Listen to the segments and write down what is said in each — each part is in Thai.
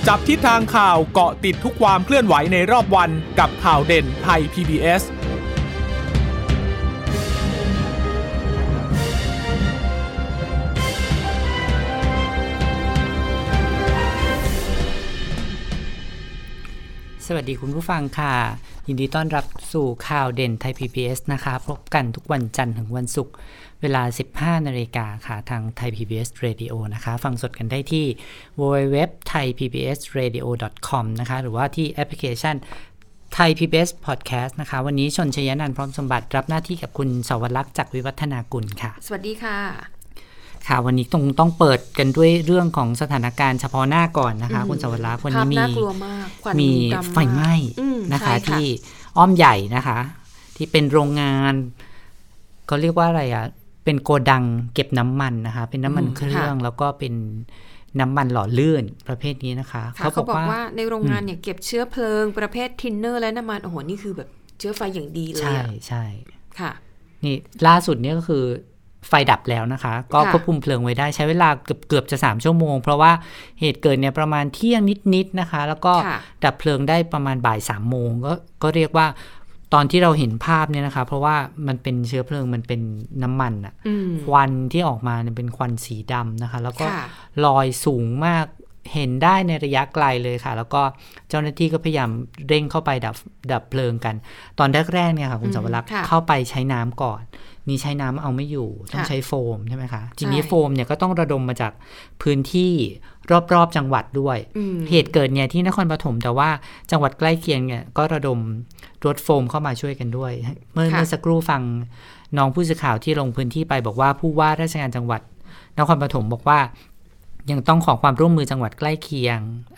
จับทิศทางข่าวเกาะติดทุกความเคลื่อนไหวในรอบวันกับข่าวเด่นไทย PBS สวัสดีคุณผู้ฟังค่ะยินดีต้อนรับสู่ข่าวเด่นไทย PBS นะคะพบกันทุกวันจันทร์ถึงวันศุกร์เวลา 15:00 น.ค่ะทางไทย PBS Radio นะคะฟังสดกันได้ที่ www.thaipbsradio.com นะคะหรือว่าที่แอปพลิเคชันไทย PBS Podcast นะคะวันนี้ชนชยนันท์พร้อมสมบัติรับหน้าที่กับคุณสวรักษ์จากวิวัฒนากุลค่ะสวัสดีค่ะค่ะวันนี้ต้องเปิดกันด้วยเรื่องของสถานการณ์เฉพาะหน้าก่อนนะคะคุณสวรักษ์วันนี้มีไฟไหม้นะคะที่อ้อมใหญ่นะคะที่เป็นโรงงานเขาเรียกว่าอะไรอ่ะเป็นโกดังเก็บน้ำมันนะคะเป็นน้ำมันเครื่องแล้วก็เป็นน้ำมันหล่อลื่นประเภทนี้นะคะเขาบอกว่าในโรงงานเนี่ยเก็บเชื้อเพลิงประเภททินเนอร์และน้ำมันโอ้โหนี่คือแบบเชื้อไฟอย่างดีเลยใช่ค่ะนี่ล่าสุดเนี่ยก็คือไฟดับแล้วนะคะก็ควบคุมเพลิงไว้ได้ใช้เวลาเกือบจะ3ชั่วโมงเพราะว่าเหตุเกิดเนี่ยประมาณเที่ยงนิดๆนะคะแล้วก็ดับเพลิงได้ประมาณบ่าย3โมงก็เรียกว่าตอนที่เราเห็นภาพเนี่ยนะคะเพราะว่ามันเป็นเชื้อเพลิงมันเป็นน้ำมันอะควันที่ออกมาเนี่ยเป็นควันสีดำนะคะแล้วก็ลอยสูงมากเห็นได้ในระยะไกลเลยค่ะแล้วก็เจ้าหน้าที่ก็พยายามเร่งเข้าไปดับเพลิงกันตอนแรกๆเนี่ยค่ะคุณสวรักษ์เข้าไปใช้น้ำก่อนนี่ใช้น้ำเอาไม่อยู่ต้องใช้โฟมใช่ไหมคะทีนี้โฟมเนี่ยก็ต้องระดมมาจากพื้นที่รอบๆจังหวัดด้วยเหตุเกิดเนี่ยที่นครปฐมแต่ว่าจังหวัดใกล้เคียงเนี่ยก็ระดมรถโฟมเข้ามาช่วยกันด้วยเมื่อสักครู่ฟังน้องผู้สื่อข่าวที่ลงพื้นที่ไปบอกว่าผู้ว่าราชการจังหวัดนครปฐมบอกว่ายังต้องขอความร่วมมือจังหวัดใกล้เคียง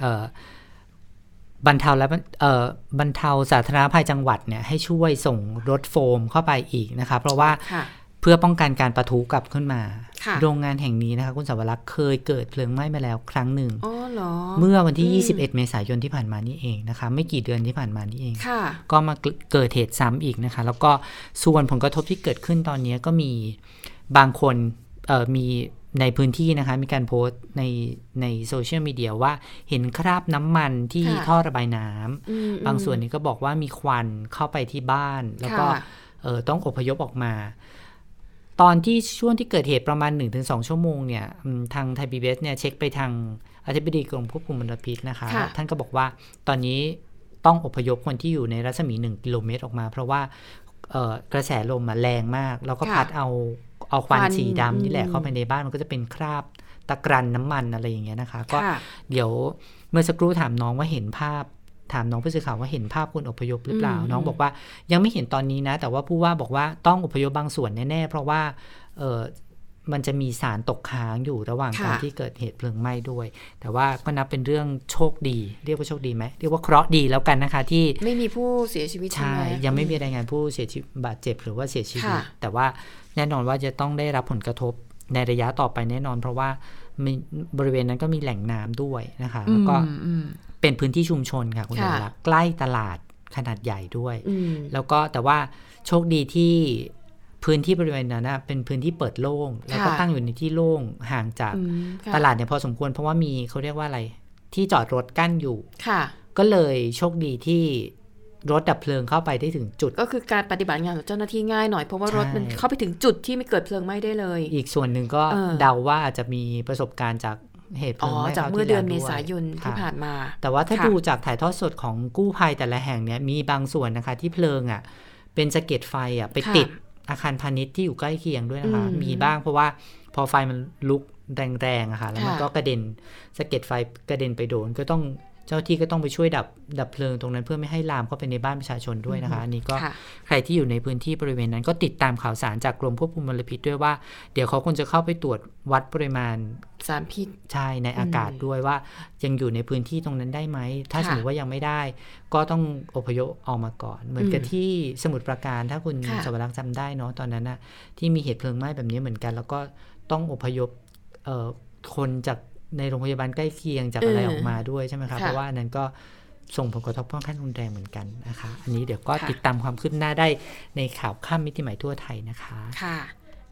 บรรเทาสาธารณภัยจังหวัดเนี่ยให้ช่วยส่งรถโฟมเข้าไปอีกนะคะเพราะว่าเพื่อป้องกันการปะทุกลับขึ้นมาโรงงานแห่งนี้นะคะคุณสวรักษ์เคยเกิดเพลิงไหม้มาแล้วครั้งหนึ่งเมื่อวันที่21เมษายนที่ผ่านมานี่เองนะคะไม่กี่เดือนที่ผ่านมานี่เองก็มาเกิดเหตุซ้ำอีกนะคะแล้วก็ส่วนผลกระทบที่เกิดขึ้นตอนนี้ก็มีบางคนมีในพื้นที่นะคะมีการโพสต์ในโซเชียลมีเดียว่าเห็นคราบน้ำมันที่ท่อระบายน้ำบางส่วนนี้ก็บอกว่ามีควันเข้าไปที่บ้านแล้วก็ต้องอพยพออกมาตอนที่ช่วงที่เกิดเหตุประมาณ 1-2 ชั่วโมงเนี่ยทางไทย PBS เนี่ยเช็คไปทางอธิบดีกรมควบคุมมลพิษนะคะท่านก็บอกว่าตอนนี้ต้องอพยพคนที่อยู่ในรัศมี1กิโลเมตรออกมาเพราะว่ากระแสลมแรงมากแล้วก็พัดเอาควันสีดำนี่แหละเข้าไปในบ้านมันก็จะเป็นคราบตะกรันน้ำมันอะไรอย่างเงี้ยนะคะก็เดี๋ยวเมื่อสักครู่ถามน้องว่าเห็นภาพถามน้องผู้สื่อข่าวว่าเห็นภาพคนอพยพหรือเปล่าน้องบอกว่ายังไม่เห็นตอนนี้นะแต่ว่าผู้ว่าบอกว่าต้องอพยพบางส่วนแน่ๆเพราะว่ามันจะมีสารตกค้างอยู่ระหว่างการที่เกิดเหตุเพลิงไหม้ด้วยแต่ว่าก็นับเป็นเรื่องโชคดีเรียกว่าโชคดีไหมเรียกว่าเคราะห์ดีแล้วกันนะคะที่ไม่มีผู้เสียชีวิตใช่ยังไม่มีรายงานผู้เสียชีวิตบาดเจ็บหรือว่าเสียชีวิตแต่ว่าแน่นอนว่าจะต้องได้รับผลกระทบในระยะต่อไปแน่นอนเพราะว่าบริเวณนั้นก็มีแหล่งน้ำด้วยนะคะแล้วก็เป็นพื้นที่ชุมชนค่ะคุณลักษณ์ใกล้ตลาดขนาดใหญ่ด้วยแล้วก็แต่ว่าโชคดีที่พื้นที่บริเวณนั้นเป็นพื้นที่เปิดโล่งแล้วก็ตั้งอยู่ในที่โล่งห่างจากตลาดเนี่ยพอสมควรเพราะว่ามีเขาเรียกว่าอะไรที่จอดรถกั้นอยู่ก็เลยโชคดีที่รถดับเพลิงเข้าไปได้ถึงจุดก็คือการปฏิบัติงานของเจ้าหน้าที่ง่ายหน่อยเพราะว่ารถมันเข้าไปถึงจุดที่ไม่เกิดเพลิงไหม้ได้เลยอีกส่วนหนึ่งก็เดาว่าอาจจะมีประสบการณ์จากเหตุเพลิงไหม้จากเมื่อเดือนเมษายนที่ผ่านมาแต่ว่าถ้าดูจากถ่ายทอดสดของกู้ภัยแต่ละแห่งเนี่ยมีบางส่วนนะคะที่เพลิงเป็นสะเก็ดไฟไปติดอาคารพาณิชย์ที่อยู่ใกล้เคียงด้วยนะคะมีบ้างเพราะว่าพอไฟมันลุกแรงๆอะค่ะแล้วมันก็กระเด็นสะเก็ดไฟกระเด็นไปโดนก็ต้องเจ้าที่ก็ต้องไปช่วยดับเพลิงตรงนั้นเพื่อไม่ให้ลามเข้าไปในบ้านประชาชนด้วยนะคะอันนี้ก็ใครที่อยู่ในพื้นที่บริเวณนั้นก็ติดตามข่าวสารจากกรมควบคุมมลพิษด้วยว่าเดี๋ยวเขาควรจะเข้าไปตรวจวัดปริมาณสารพิษใช่ในอากาศด้วยว่ายังอยู่ในพื้นที่ตรงนั้นได้ไหมถ้าสมมติว่ายังไม่ได้ก็ต้องอพยพออกมาก่อนเหมือนกับที่สมุทรปราการถ้าคุณสวรักษ์จำได้เนาะตอนนั้นนะที่มีเหตุเพลิงไหม้แบบนี้เหมือนกันแล้วก็ต้องอพยพคนจากในโรงพยาบาลใกล้เคียงจากอะไรออกมาด้วยใช่ไหมคะเพราะว่านั้นก็ส่งผลกระทบค่อนข้างรุนแรงเหมือนกันนะคะอันนี้เดี๋ยวก็ติดตามความคืบหน้าได้ในข่าวค่ำมิติใหม่ทั่วไทยนะคะค่ะ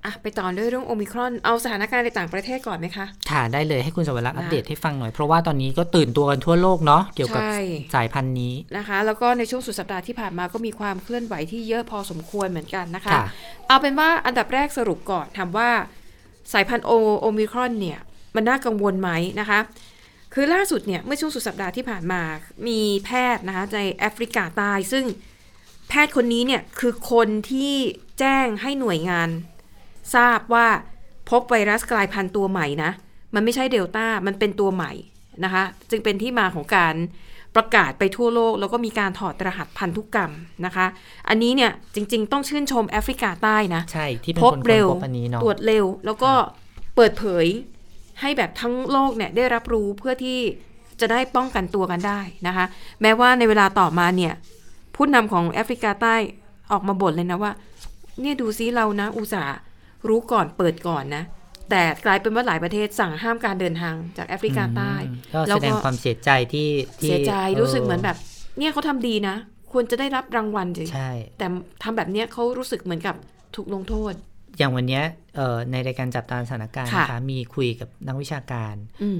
ไปต่อด้วยเรื่องโอมิครอนเอาสถานการณ์ในต่างประเทศก่อนไหมคะค่ะได้เลยให้คุณสวรรค์อัปเดตให้ฟังหน่อยเพราะว่าตอนนี้ก็ตื่นตัวกันทั่วโลกเนาะเกี่ยวกับสายพันธุ์นี้นะคะแล้วก็ในช่วงสุดสัปดาห์ที่ผ่านมาก็มีความเคลื่อนไหวที่เยอะพอสมควรเหมือนกันนะคะเอาเป็นว่าอันดับแรกสรุปก่อนถามว่าสายพันธุ์โอมิครอนเนี่ยมันน่ากังวลไหมนะคะคือล่าสุดเนี่ยเมื่อช่วงสุดสัปดาห์ที่ผ่านมามีแพทย์นะคะในแอฟริกาใต้ซึ่งแพทย์คนนี้เนี่ยคือคนที่แจ้งให้หน่วยงานทราบว่าพบไวรัสกลายพันธุ์ตัวใหม่นะมันไม่ใช่เดลต้ามันเป็นตัวใหม่นะคะจึงเป็นที่มาของการประกาศไปทั่วโลกแล้วก็มีการถอดรหัสพันธุกรรมนะคะอันนี้เนี่ยจริงๆต้องชื่นชมแอฟริกาใต้นะใช่ที่เป็นคนพบอันนี้เนาะตรวจเร็วแล้วก็เปิดเผยให้แบบทั้งโลกเนี่ยได้รับรู้เพื่อที่จะได้ป้องกันตัวกันได้นะคะแม้ว่าในเวลาต่อมาเนี่ยผู้นำของแอฟริกาใต้ออกมาบ่นเลยนะว่าเนี่ยดูซิเรานะอุตส่าห์รู้ก่อนเปิดก่อนนะแต่กลายเป็นว่าหลายประเทศสั่งห้ามการเดินทางจากแอฟริกาใต้แล้วก็แสดงความเสียใจที่เสียใจรู้สึกเหมือนแบบเนี่ยเขาทำดีนะควรจะได้รับรางวัลสิใช่แต่ทำแบบเนี้ยเขารู้สึกเหมือนกับถูกลงโทษอย่างวันนี้ในรายการจับตาสถานการณ์นะคะมีคุยกับนักวิชาการ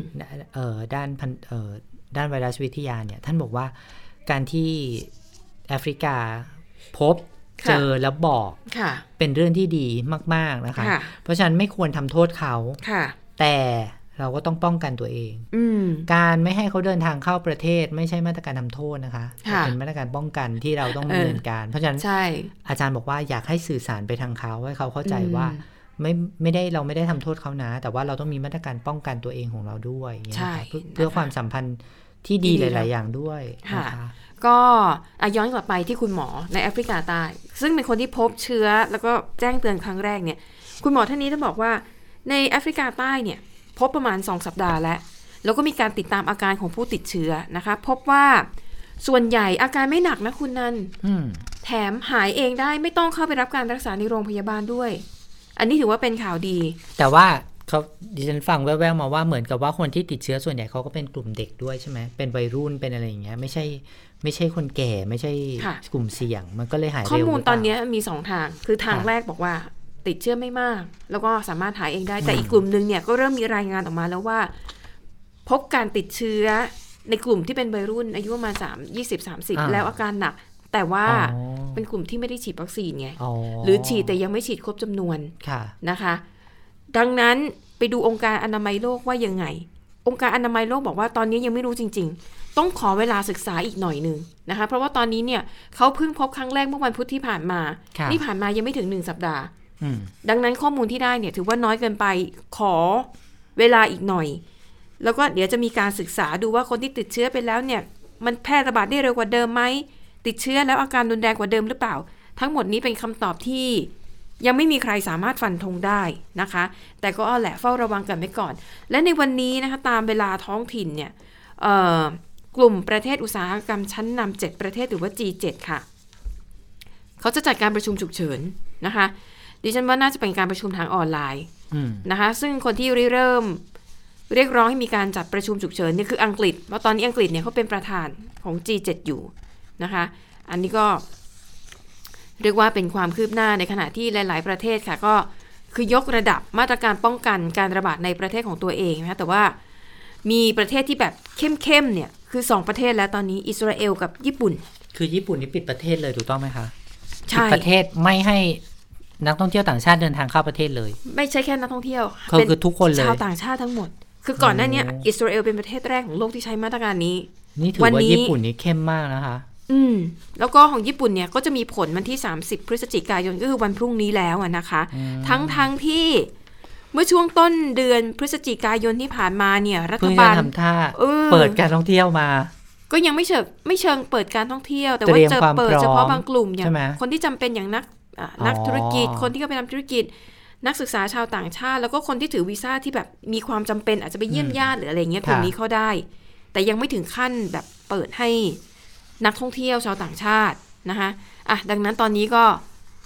ด้านไวรัสวิทยาเนี่ยท่านบอกว่าการที่แอฟริกาพบเจอแล้วบอกเป็นเรื่องที่ดีมากๆนะคะเพราะฉะนั้นไม่ควรทำโทษเขาแต่เราก็ต้องป้องกันตัวเองการไม่ให้เขาเดินทางเข้าประเทศไม่ใช่มาตรการทำโทษนะคะเป็นมาตรการป้องกันที่เราต้องดำเนินการเพราะฉะนั้นอาจารย์บอกว่าอยากให้สื่อสารไปทางเขาให้เขาเข้าใจว่าไม่ได้เราไม่ได้ทำโทษเขานะแต่ว่าเราต้องมีมาตรการป้องกันตัวเองของเราด้วยเพื่อความสัมพันธ์ที่ดีหลายๆอย่างด้วยนะคะก็ย้อนกลับไปที่คุณหมอในแอฟริกาใต้ซึ่งเป็นคนที่พบเชื้อแล้วก็แจ้งเตือนครั้งแรกเนี่ยคุณหมอท่านนี้ท่านบอกว่าในแอฟริกาใต้เนี่ยพบประมาณ2สัปดาห์แล้วก็มีการติดตามอาการของผู้ติดเชื้อนะคะพบว่าส่วนใหญ่อาการไม่หนักนะคุณนันแถมหายเองได้ไม่ต้องเข้าไปรับการรักษาในโรงพยาบาลด้วยอันนี้ถือว่าเป็นข่าวดีแต่ว่าเขาดิฉันฟังแว่วๆมาว่าเหมือนกับว่าคนที่ติดเชื้อส่วนใหญ่เขาก็เป็นกลุ่มเด็กด้วยใช่ไหมเป็นวัยรุ่นเป็นอะไรอย่างเงี้ยไม่ใช่คนแก่ไม่ใช่กลุ่มเสี่ยงมันก็เลยหายเร็วข้อมูลตอนนี้มี2ทางคือทางแรกบอกว่าติดเชื้อไม่มากแล้วก็สามารถหายเองได้แต่อีกกลุ่มนึงเนี่ยก็เริ่มมีรายงานออกมาแล้วว่าพบการติดเชื้อในกลุ่มที่เป็นวัยรุ่นอายุประมาณ20-30แล้วอาการหนักแต่ว่าเป็นกลุ่มที่ไม่ได้ฉีดวัคซีนไงหรือฉีดแต่ยังไม่ฉีดครบจำนวนนะคะดังนั้นไปดูองค์การอนามัยโลกว่ายังไงองค์การอนามัยโลกบอกว่าตอนนี้ยังไม่รู้จริงๆต้องขอเวลาศึกษาอีกหน่อยนึงนะคะเพราะว่าตอนนี้เนี่ยเขาเพิ่งพบครั้งแรกเมื่อวันพุธที่ผ่านมานี่ผ่านมายังไม่ถึง1สัปดาห์ดังนั้นข้อมูลที่ได้เนี่ยถือว่าน้อยเกินไปขอเวลาอีกหน่อยแล้วก็เดี๋ยวจะมีการศึกษาดูว่าคนที่ติดเชื้อไปแล้วเนี่ยมันแพร่ระบาดได้เร็วกว่าเดิมไหมติดเชื้อแล้วอาการรุนแรงกว่าเดิมหรือเปล่าทั้งหมดนี้เป็นคำตอบที่ยังไม่มีใครสามารถฟันธงได้นะคะแต่ก็แหละเฝ้าระวังกันไว้ก่อนและในวันนี้นะคะตามเวลาท้องถิ่นเนี่ยกลุ่มประเทศอุตสาหกรรมชั้นนำ7ประเทศหรือว่า G7 ค่ะเขาจะจัดการประชุมฉุกเฉินนะคะดิฉันว่าน่าจะเป็นการประชุมทางออนไลน์นะคะซึ่งคนที่เริ่มเรียกร้องให้มีการจัดประชุมฉุกเฉินนี่คืออังกฤษเพราะตอนนี้อังกฤษเนี่ยเขาเป็นประธานของ G7 อยู่นะคะอันนี้ก็เรียกว่าเป็นความคืบหน้าในขณะที่หลายๆประเทศค่ะก็คือยกระดับมาตรการป้องกันการระบาดในประเทศของตัวเองนะคะแต่ว่ามีประเทศที่แบบเข้มๆเนี่ยคือ2ประเทศแล้วตอนนี้อิสราเอลกับญี่ปุ่นคือญี่ปุ่นนี่ปิดประเทศเลยถูกต้องไหมคะใช่ปิดประเทศไม่ให้นักท่องเที่ยวต่างชาติเดินทางเข้าประเทศเลยไม่ใช่แค่นักท่องเที่ยวคือทุกคนเลยชาวต่างชาติทั้งหมดคือก่อนหน้านี้อิสราเอลเป็นประเทศแรกของโลกที่ใช้มาตรการนี้นี่ถือว่าญี่ปุ่นนี่เข้มมากนะคะแล้วก็ของญี่ปุ่นเนี่ยก็จะมีผลวันที่30พฤศจิกายนก็คือวันพรุ่งนี้แล้วนะคะทั้งที่เมื่อช่วงต้นเดือนพฤศจิกายนที่ผ่านมาเนี่ยรัฐบาลทำท่าเปิดการท่องเที่ยวมาก็ยังไม่เชิงเปิดการท่องเที่ยวแต่ว่าจะเปิดเฉพาะบางกลุ่มอย่างคนที่จำเป็นอย่างนักธุรกิจคนที่เข้าไปทำธุรกิจนักศึกษาชาวต่างชาติแล้วก็คนที่ถือวีซ่าที่แบบมีความจำเป็นอาจจะไปเยี่ยมญาติหรืออะไรเงี้ยกลุ่มนี้เข้าได้แต่ยังไม่ถึงขั้นแบบเปิดให้นักท่องเที่ยวชาวต่างชาตินะคะดังนั้นตอนนี้ก็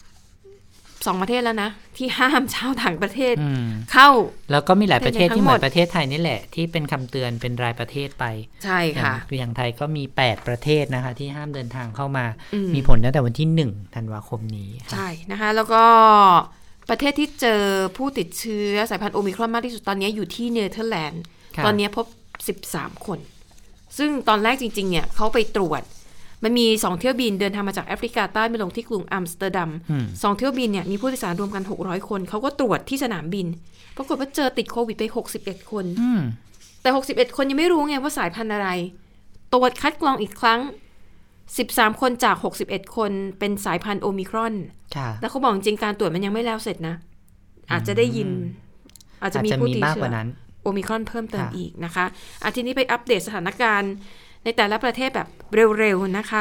2ประเทศแล้วนะที่ห้ามชาวต่างประเทศเข้าแล้วก็มีหลายประเทศที่เหมือนประเทศไทยนี่แหละที่เป็นคำเตือนเป็นรายประเทศไปใช่ค่ะอย่างไทยก็มี8ประเทศนะคะที่ห้ามเดินทางเข้ามามีผลตั้งแต่วันที่1ธันวาคมนี้ใช่นะคะแล้วก็ประเทศที่เจอผู้ติดเชื้อสายพันธุ์โอมิครอนมากที่สุดตอนนี้อยู่ที่เนเธอร์แลนด์ตอนนี้พบ13คนซึ่งตอนแรกจริงๆเนี่ยเขาไปตรวจมันมี2เที่ยวบินเดินทางมาจากแอฟริกาใต้ไปลงที่กรุงอัมสเตอร์ดัม2เที่ยวบินเนี่ยมีผู้โดยสารรวมกัน600คนเขาก็ตรวจที่สนามบินปรากฏว่าเจอติดโควิดไป61คนแต่61คนยังไม่รู้ไงว่าสายพันธุ์อะไรตรวจคัดกรองอีกครั้ง13คนจาก61คนเป็นสายพันธุ์โอมิครอนแล้วเขาบอกจริงการตรวจมันยังไม่แล้วเสร็จนะอาจจะได้ยินอาจจะมีผู้ติดเชื้อโอมิครอนเพิ่มเติมอีกนะคะทีนี้ไปอัปเดตสถานการณ์ในแต่ละประเทศแบบเร็วๆนะคะ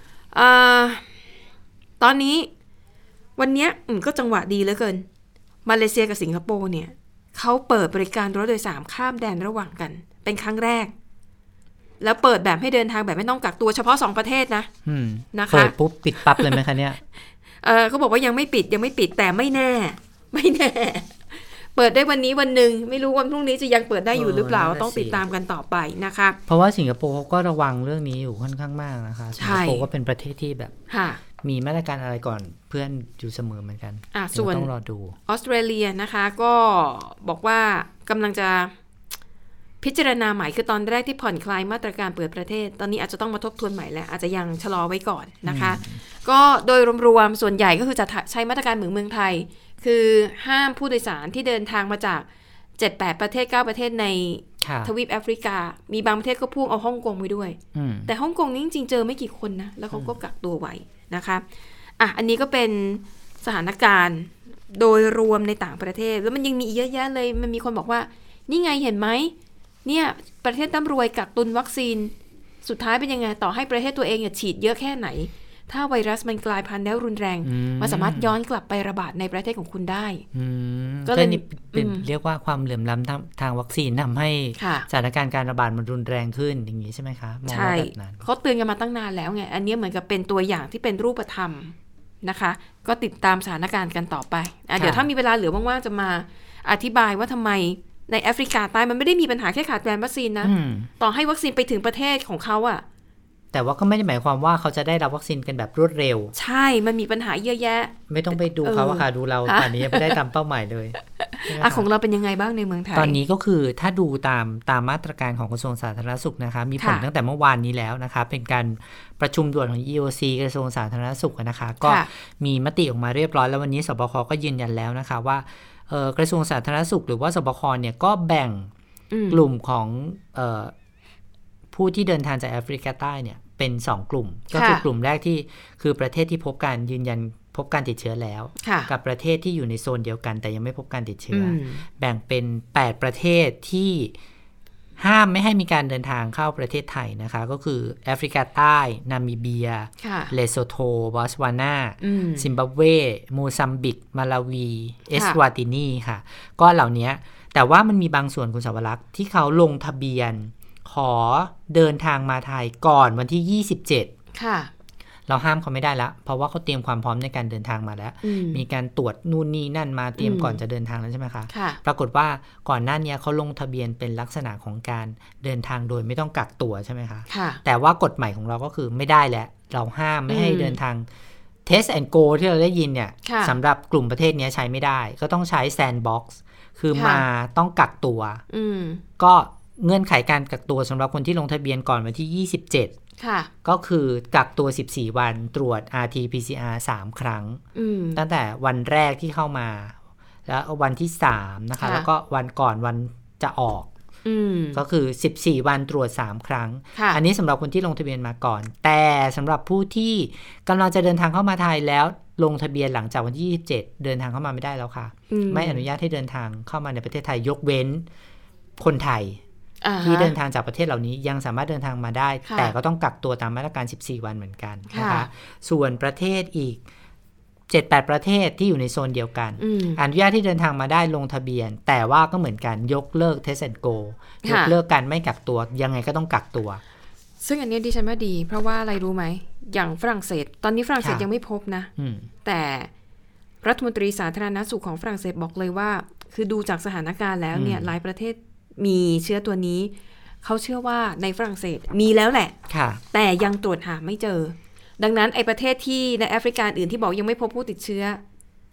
ตอนนี้วันนี้ก็จังหวะดีเหลือเกินมาเลเซียกับสิงคโปร์เนี่ยเขาเปิดบริการรถโดยสารข้ามแดนระหว่างกันเป็นครั้งแรกแล้วเปิดแบบให้เดินทางแบบไม่ต้องกักตัวเฉพาะ2ประเทศนะนะคะเปิดปุ๊บปิดปั๊บเลยไหมคะเนี่ยเขาบอกว่ายังไม่ปิดแต่ไม่แน่เปิดได้วันนี้วันหนึ่งไม่รู้วันพรุ่งนี้จะยังเปิดได้อยู่หรือเปล่าต้องติดตามกันต่อไปนะคะเพราะว่าสิงคโปร์เขาก็ระวังเรื่องนี้อยู่ค่อนข้างมากนะคะสิงคโปร์ก็เป็นประเทศที่แบบมีมาตรการอะไรก่อนเพื่อนอยู่เสมอเหมือนกันส่วนต้องรอดูออสเตรเลียนะคะก็บอกว่ากำลังจะพิจารณาใหม่คือตอนแรกที่ผ่อนคลายมาตรการเปิดประเทศตอนนี้อาจจะต้องมาทบทวนใหม่แล้วอาจจะยังชะลอไว้ก่อนนะคะก็โดยรวมๆส่วนใหญ่ก็คือจะใช้มาตรการเหมือนเมืองไทยคือห้ามผู้โดยสารที่เดินทางมาจาก 7-8 ประเทศ 9 ประเทศในทวีปแอฟริกามีบางประเทศก็พ่วงเอาฮ่องกงไว้ด้วยแต่ฮ่องกงนี่จริงๆเจอไม่กี่คนนะแล้วเขาก็กักตัวไว้นะคะอันนี้ก็เป็นสถานการณ์โดยรวมในต่างประเทศแล้วมันยังมีเยอะแยะเลยมันมีคนบอกว่านี่ไงเห็นไหมเนี่ยประเทศร่ำรวยกักตุนวัคซีนสุดท้ายเป็นยังไงต่อให้ประเทศตัวเองฉีดเยอะแค่ไหนถ้าไวรัสมันกลายพันธุ์แล้วรุนแรงมันสามารถย้อนกลับไประบาดในประเทศของคุณได้ก็เลยเป็นเรียกว่าความเหลื่อมล้ำทางวัคซีนทำให้สถานการณ์การระบาดมันรุนแรงขึ้นอย่างนี้ใช่ไหมคะใช่เขาเตือนกันมาตั้งนานแล้วไงอันนี้เหมือนกับเป็นตัวอย่างที่เป็นรูปธรรมนะคะก็ติดตามสถานการณ์กันต่อไปเดี๋ยวถ้ามีเวลาเหลือว่างๆจะมาอธิบายว่าทำไมในแอฟริกาใต้มันไม่ได้มีปัญหาแค่ขาดแคลนวัคซีนนะต่อให้วัคซีนไปถึงประเทศของเขาแต่ว่าก็ไม่ได้หมายความว่าเขาจะได้รับวัคซีนกันแบบรวดเร็วใช่มันมีปัญหาเยอะแยะไม่ต้องไปดูเขาค่ะดูเราตอนนี้ไม่ได้ตามเป้าหมายเลยของเราเป็นยังไงบ้างในเมืองไทยตอนนี้ก็คือถ้าดูตามมาตรการของกระทรวงสาธารณสุขนะคะมีผลตั้งแต่เมื่อวานนี้แล้วนะคะเป็นการประชุมด่วนของ EOC กระทรวงสาธารณสุขนะคะก็มีมติออกมาเรียบร้อยแล้ววันนี้สบคก็ยืนยันแล้วนะคะว่ากระทรวงสาธารณสุขหรือว่าสบคเนี่ยก็แบ่งกลุ่มของผู้ที่เดินทางจากแอฟริกาใต้เนี่ยเป็น2กลุ่มก็คือกลุ่มแรกที่คือประเทศที่พบการยืนยันพบการติดเชื้อแล้วกับประเทศที่อยู่ในโซนเดียวกันแต่ยังไม่พบการติดเชื้อแบ่งเป็น8ประเทศที่ห้ามไม่ให้มีการเดินทางเข้าประเทศไทยนะคะก็คือแอฟริกาใต้นามิเบียเลโซโธบอตสวานาซิมบับเวโมซัมบิกมาลาวีเอสวาตินีค่ะก็เหล่านี้แต่ว่ามันมีบางส่วนคุณสาวรักษ์ที่เขาลงทะเบียนขอเดินทางมาไทยก่อนวันที่27ค่ะเราห้ามเขาไม่ได้ละเพราะว่าเขาเตรียมความพร้อมในการเดินทางมาแล้วมีการตรวจนู่นนี่นั่นมาเตรียมก่อนจะเดินทางแล้วใช่ไหมคะปรากฏว่าก่อนหน้านี้เขาลงทะเบียนเป็นลักษณะของการเดินทางโดยไม่ต้องกักตัวใช่ไหมคะแต่ว่ากฎหมายของเราก็คือไม่ได้แล้วเราห้ามไม่ให้เดินทาง Test and Go ที่เราได้ยินเนี่ยสำหรับกลุ่มประเทศนี้ใช้ไม่ได้ก็ต้องใช้ Sandbox คือมาต้องกักตัวก็เงื่อนไขการกักตัวสำหรับคนที่ลงทะเบียนก่อนวันที่27ก็คือกักตัว14วันตรวจ RT-PCR 3 ครั้งตั้งแต่วันแรกที่เข้ามาแล้ววันที่3นะคะแล้วก็วันก่อนวันจะออกก็คือ14วันตรวจ3ครั้งอันนี้สำหรับคนที่ลงทะเบียนมาก่อนแต่สำหรับผู้ที่กำลังจะเดินทางเข้ามาไทยแล้วลงทะเบียนหลังจากวันที่27เดินทางเข้ามาไม่ได้แล้วค่ะไม่อนุญาตให้เดินทางเข้ามาในประเทศไทยยกเว้นคนไทยที่เดินทางจากประเทศเหล่านี้ยังสามารถเดินทางมาได้แต่ก็ต้องกักตัวตามมาตรการ14วันเหมือนกันนะคะส่วนประเทศอีก 7-8 ประเทศที่อยู่ในโซนเดียวกันอนุญาตที่เดินทางมาได้ลงทะเบียนแต่ว่าก็เหมือนกันยกเลิก Test and Go ยกเลิกการไม่กักตัวยังไงก็ต้องกักตัวซึ่งอันนี้ดิฉันว่าดีเพราะว่าอะไรรู้ไหมอย่างฝรั่งเศสตอนนี้ฝรั่งเศสยังไม่พบนะแต่รัฐมนตรีสาธารณสุขของฝรั่งเศสบอกเลยว่าคือดูจากสถานการณ์แล้วเนี่ยหลายประเทศมีเชื้อตัวนี้เขาเชื่อว่าในฝรั่งเศสมีแล้วแหละแต่ยังตรวจหาไม่เจอดังนั้นไอ้ประเทศที่ในแอฟริกาอื่นที่บอกยังไม่พบผู้ติดเชื้อ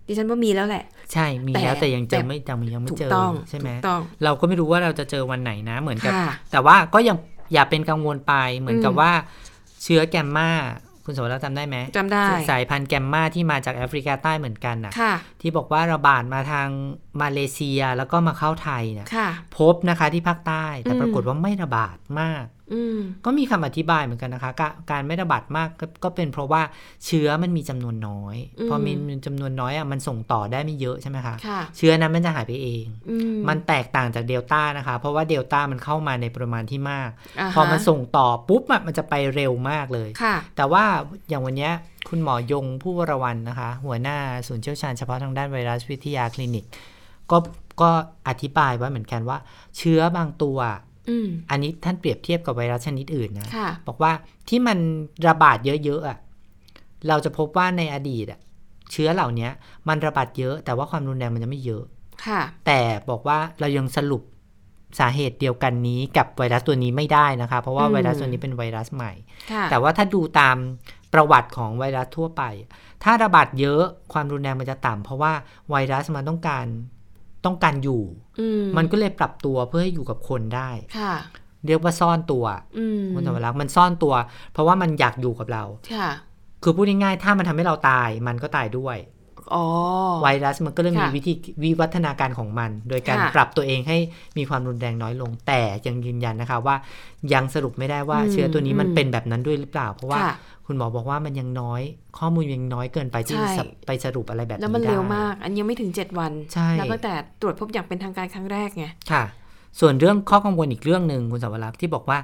ดิฉันว่ามีแล้วแหละใช่มีแล้วแต่ยังไม่เจอใช่ไหมเราก็ไม่รู้ว่าเราจะเจอวันไหนนะเหมือนกับแต่ว่าก็ยังอย่าเป็นกังวลไปเหมือนกับว่าเชื้อแกมมาคุณสมรักจำได้ไหมจำได้สายพันธุ์แกมมาที่มาจากแอฟริกาใต้เหมือนกันนะที่บอกว่าระบาดมาทางมาเลเซียแล้วก็มาเข้าไทยเนี่ยพบนะคะที่ภาคใต้แต่ปรากฏว่าไม่ระบาดมากก็มีคำอธิบายเหมือนกันนะคะการไม่ระบาดมากก็เป็นเพราะว่าเชื้อมันมีจำนวนน้อยพอมีจำนวนน้อยอ่ะมันส่งต่อได้ไม่เยอะใช่ไหมคะเชื้อนั้นมันจะหายไปเองมันแตกต่างจากเดลต้านะคะเพราะว่าเดลต้ามันเข้ามาในปริมาณที่มากพอมันส่งต่อปุ๊บมันจะไปเร็วมากเลยแต่ว่าอย่างวันนี้คุณหมอยงผู้วรวรรณนะคะหัวหน้าศูนย์เชี่ยวชาญเฉพาะทางด้านไวรัสวิทยาคลินิกก็อธิบายไว้เหมือนกันว่าเชื้อบางตัวอันนี้ท่านเปรียบเทียบกับไวรัสชนิดอื่นนะบอกว่าที่มันระบาดเยอะๆเราจะพบว่าในอดีตเชื้อเหล่านี้มันระบาดเยอะแต่ว่าความรุนแรงมันจะไม่เยอะแต่บอกว่าเรายังสรุปสาเหตุเดียวกันนี้กับไวรัสตัวนี้ไม่ได้นะคะเพราะว่าไวรัสตัวนี้เป็นไวรัสใหม่แต่ว่าถ้าดูตามประวัติของไวรัสทั่วไปถ้าระบาดเยอะความรุนแรงมันจะต่ำเพราะว่าไวรัสมันต้องการอยู่มันก็เลยปรับตัวเพื่อให้อยู่กับคนได้เรียกว่าซ่อนตัวคุณสมรักมันซ่อนตัวเพราะว่ามันอยากอยู่กับเราคือพูดง่ายๆถ้ามันทำให้เราตายมันก็ตายด้วยไวรัสมันก็เลยมีวิวัฒนาการของมันโดยการปรับตัวเองให้มีความรุนแรงน้อยลงแต่ยังยืนยันนะคะว่ายังสรุปไม่ได้ว่าเชื้อตัวนี้มันเป็นแบบนั้นด้วยหรือเปล่าเพราะว่าคุณหมอบอกว่ามันยังน้อยข้อมูลยังน้อยเกินไปที่จะไปสรุปอะไรแบบนี้ได้แล้วมันเร็วมากอันยังไม่ถึง7วันแล้วก็แต่ตรวจพบอย่างเป็นทางการครั้งแรกไงค่ะส่วนเรื่องข้อกังวลอีกเรื่องนึงคุณสวรักษ์ที่บอกว่า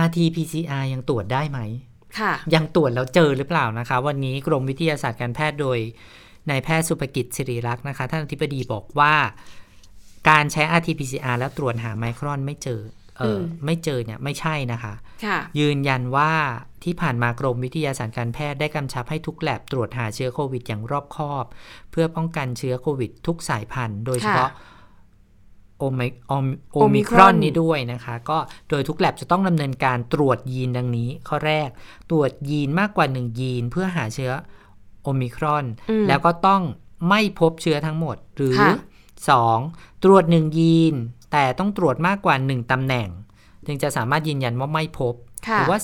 RT-PCR ยังตรวจได้ไหมค่ะยังตรวจแล้วเจอหรือเปล่านะคะวันนี้กรมวิทยาศาสตร์การแพทย์โดยนายแพทย์สุภกิจศิริรักษ์นะคะท่านอธิบดีบอกว่าการใช้ RT-PCR แล้วตรวจหาไมครอนไม่เจอไม่เจอเนี่ยไม่ใช่นะคะยืนยันว่าที่ผ่านมากรมวิทยาศาสตร์การแพทย์ได้กำชับให้ทุกแลบตรวจหาเชื้อโควิดอย่างรอบคอบเพื่อป้องกันเชื้อโควิดทุกสายพันธุ์โดยเฉพาะโอมิครอนนี้ด้วยนะคะก็โดยทุกแลบจะต้องดำเนินการตรวจยีนดังนี้ข้อแรกตรวจยีนมากกว่า1ยีนเพื่อหาเชื้อโอมิครอนแล้วก็ต้องไม่พบเชื้อทั้งหมดหรือ2ตรวจ1ยีนแต่ต้องตรวจมากกว่า1ตำแหน่งจึงจะสามารถยืนยันว่าไม่พบหรือว่า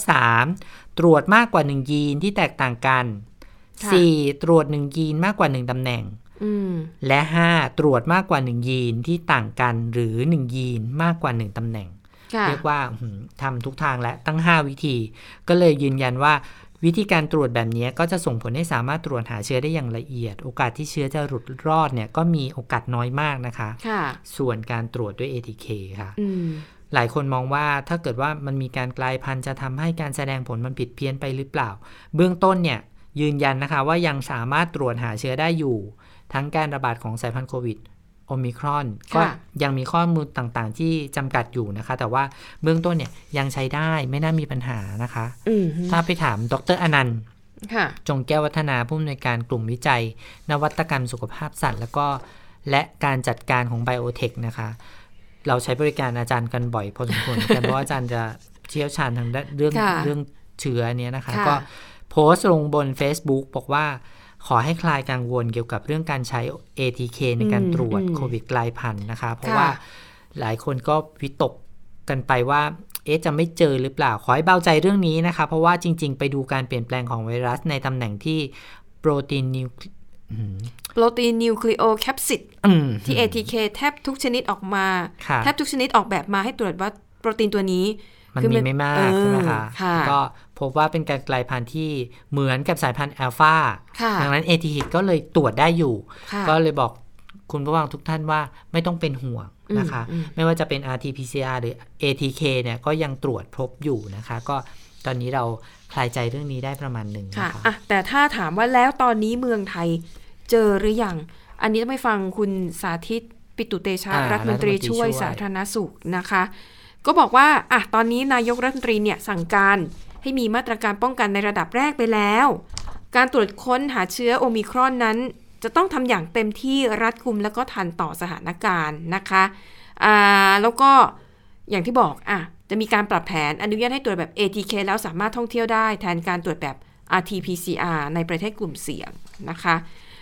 3ตรวจมากกว่า1ยีนที่แตกต่างกัน4ตรวจ1ยีนมากกว่า1ตำแหน่งและ5ตรวจมากกว่า1ยีนที่ต่างกันหรือ1ยีนมากกว่า1ตำแหน่งเรียกว่าทำทุกทางและตั้ง5วิธีก็เลยยืนยันว่าวิธีการตรวจแบบนี้ก็จะส่งผลให้สามารถตรวจหาเชื้อได้อย่างละเอียดโอกาสที่เชื้อจะหลุดรอดเนี่ยก็มีโอกาสน้อยมากนะคะส่วนการตรวจด้วย ATK ค่ะหลายคนมองว่าถ้าเกิดว่ามันมีการกลายพันธุ์จะทำให้การแสดงผลมันผิดเพี้ยนไปหรือเปล่าเบื้องต้นเนี่ยยืนยันนะคะว่ายังสามารถตรวจหาเชื้อได้อยู่ทั้งการระบาดของสายพันธุ์โควิดโอมิครอนก็ยังมีข้อมูลต่างๆที่จำกัดอยู่นะคะแต่ว่าเบื้องต้นเนี่ยยังใช้ได้ไม่น่ามีปัญหานะคะถ้าไปถามดร.อนันต์จงแก้ววัฒนาผู้อำนวยการกลุ่มวิจัยนวัตกรรมสุขภาพสัตว์และการจัดการของไบโอเทคนะคะเราใช้บริการอาจารย์กันบ่อยพอสมควรกันเพราะอาจารย์จะเชี่ยวชาญทางเรื่องเชื้อเนี้ยนะคะก็โพสต์ลงบน Facebook บอกว่าขอให้คลายกังวลเกี่ยวกับเรื่องการใช้ ATK ในการตรวจโควิดกลายพันธุ์นะคะเพราะว่าหลายคนก็วิตกกันไปว่าจะไม่เจอหรือเปล่าขอให้เบาใจเรื่องนี้นะคะเพราะว่าจริงๆไปดูการเปลี่ยนแปลงของไวรัสในตำแหน่งที่โปรตีนนิวคลีโอแคปซิดที่ ATK แทบทุกชนิดออกมาแทบทุกชนิดออกแบบมาให้ตรวจว่าโปรตีนตัวนี้มันมีไม่มากใช่ไหมคะก็พบว่าเป็นการกลายพันธุ์ที่เหมือนกับสายพันธุ์อัลฟาดังนั้น ATK ก็เลยตรวจได้อยู่ก็เลยบอกคุณผู้ฟังทุกท่านว่าไม่ต้องเป็นห่วงนะคะไม่ว่าจะเป็น RT-PCR หรือ ATK เนี่ยก็ยังตรวจพบอยู่นะคะก็ตอนนี้เราคลายใจเรื่องนี้ได้ประมาณหนึ่งนะคะแต่ถ้าถามว่าแล้วตอนนี้เมืองไทยเจอหรือยังอันนี้ต้องไปฟังคุณสาธิตปิตุเตชะรัฐมนตรีช่วยสาธารณสุขนะคะก็บอกว่าตอนนี้นายกรัฐมนตรีเนี่ยสั่งการให้มีมาตรการป้องกันในระดับแรกไปแล้วการตรวจค้นหาเชื้อโอมิครอนนั้นจะต้องทำอย่างเต็มที่รัดกุมแล้วก็ทันต่อสถานการณ์นะคะแล้วก็อย่างที่บอกจะมีการปรับแผนอนุญาตให้ตรวจแบบ ATK แล้วสามารถท่องเที่ยวได้แทนการตรวจแบบ RT-PCR ในประเทศกลุ่มเสี่ยงนะคะ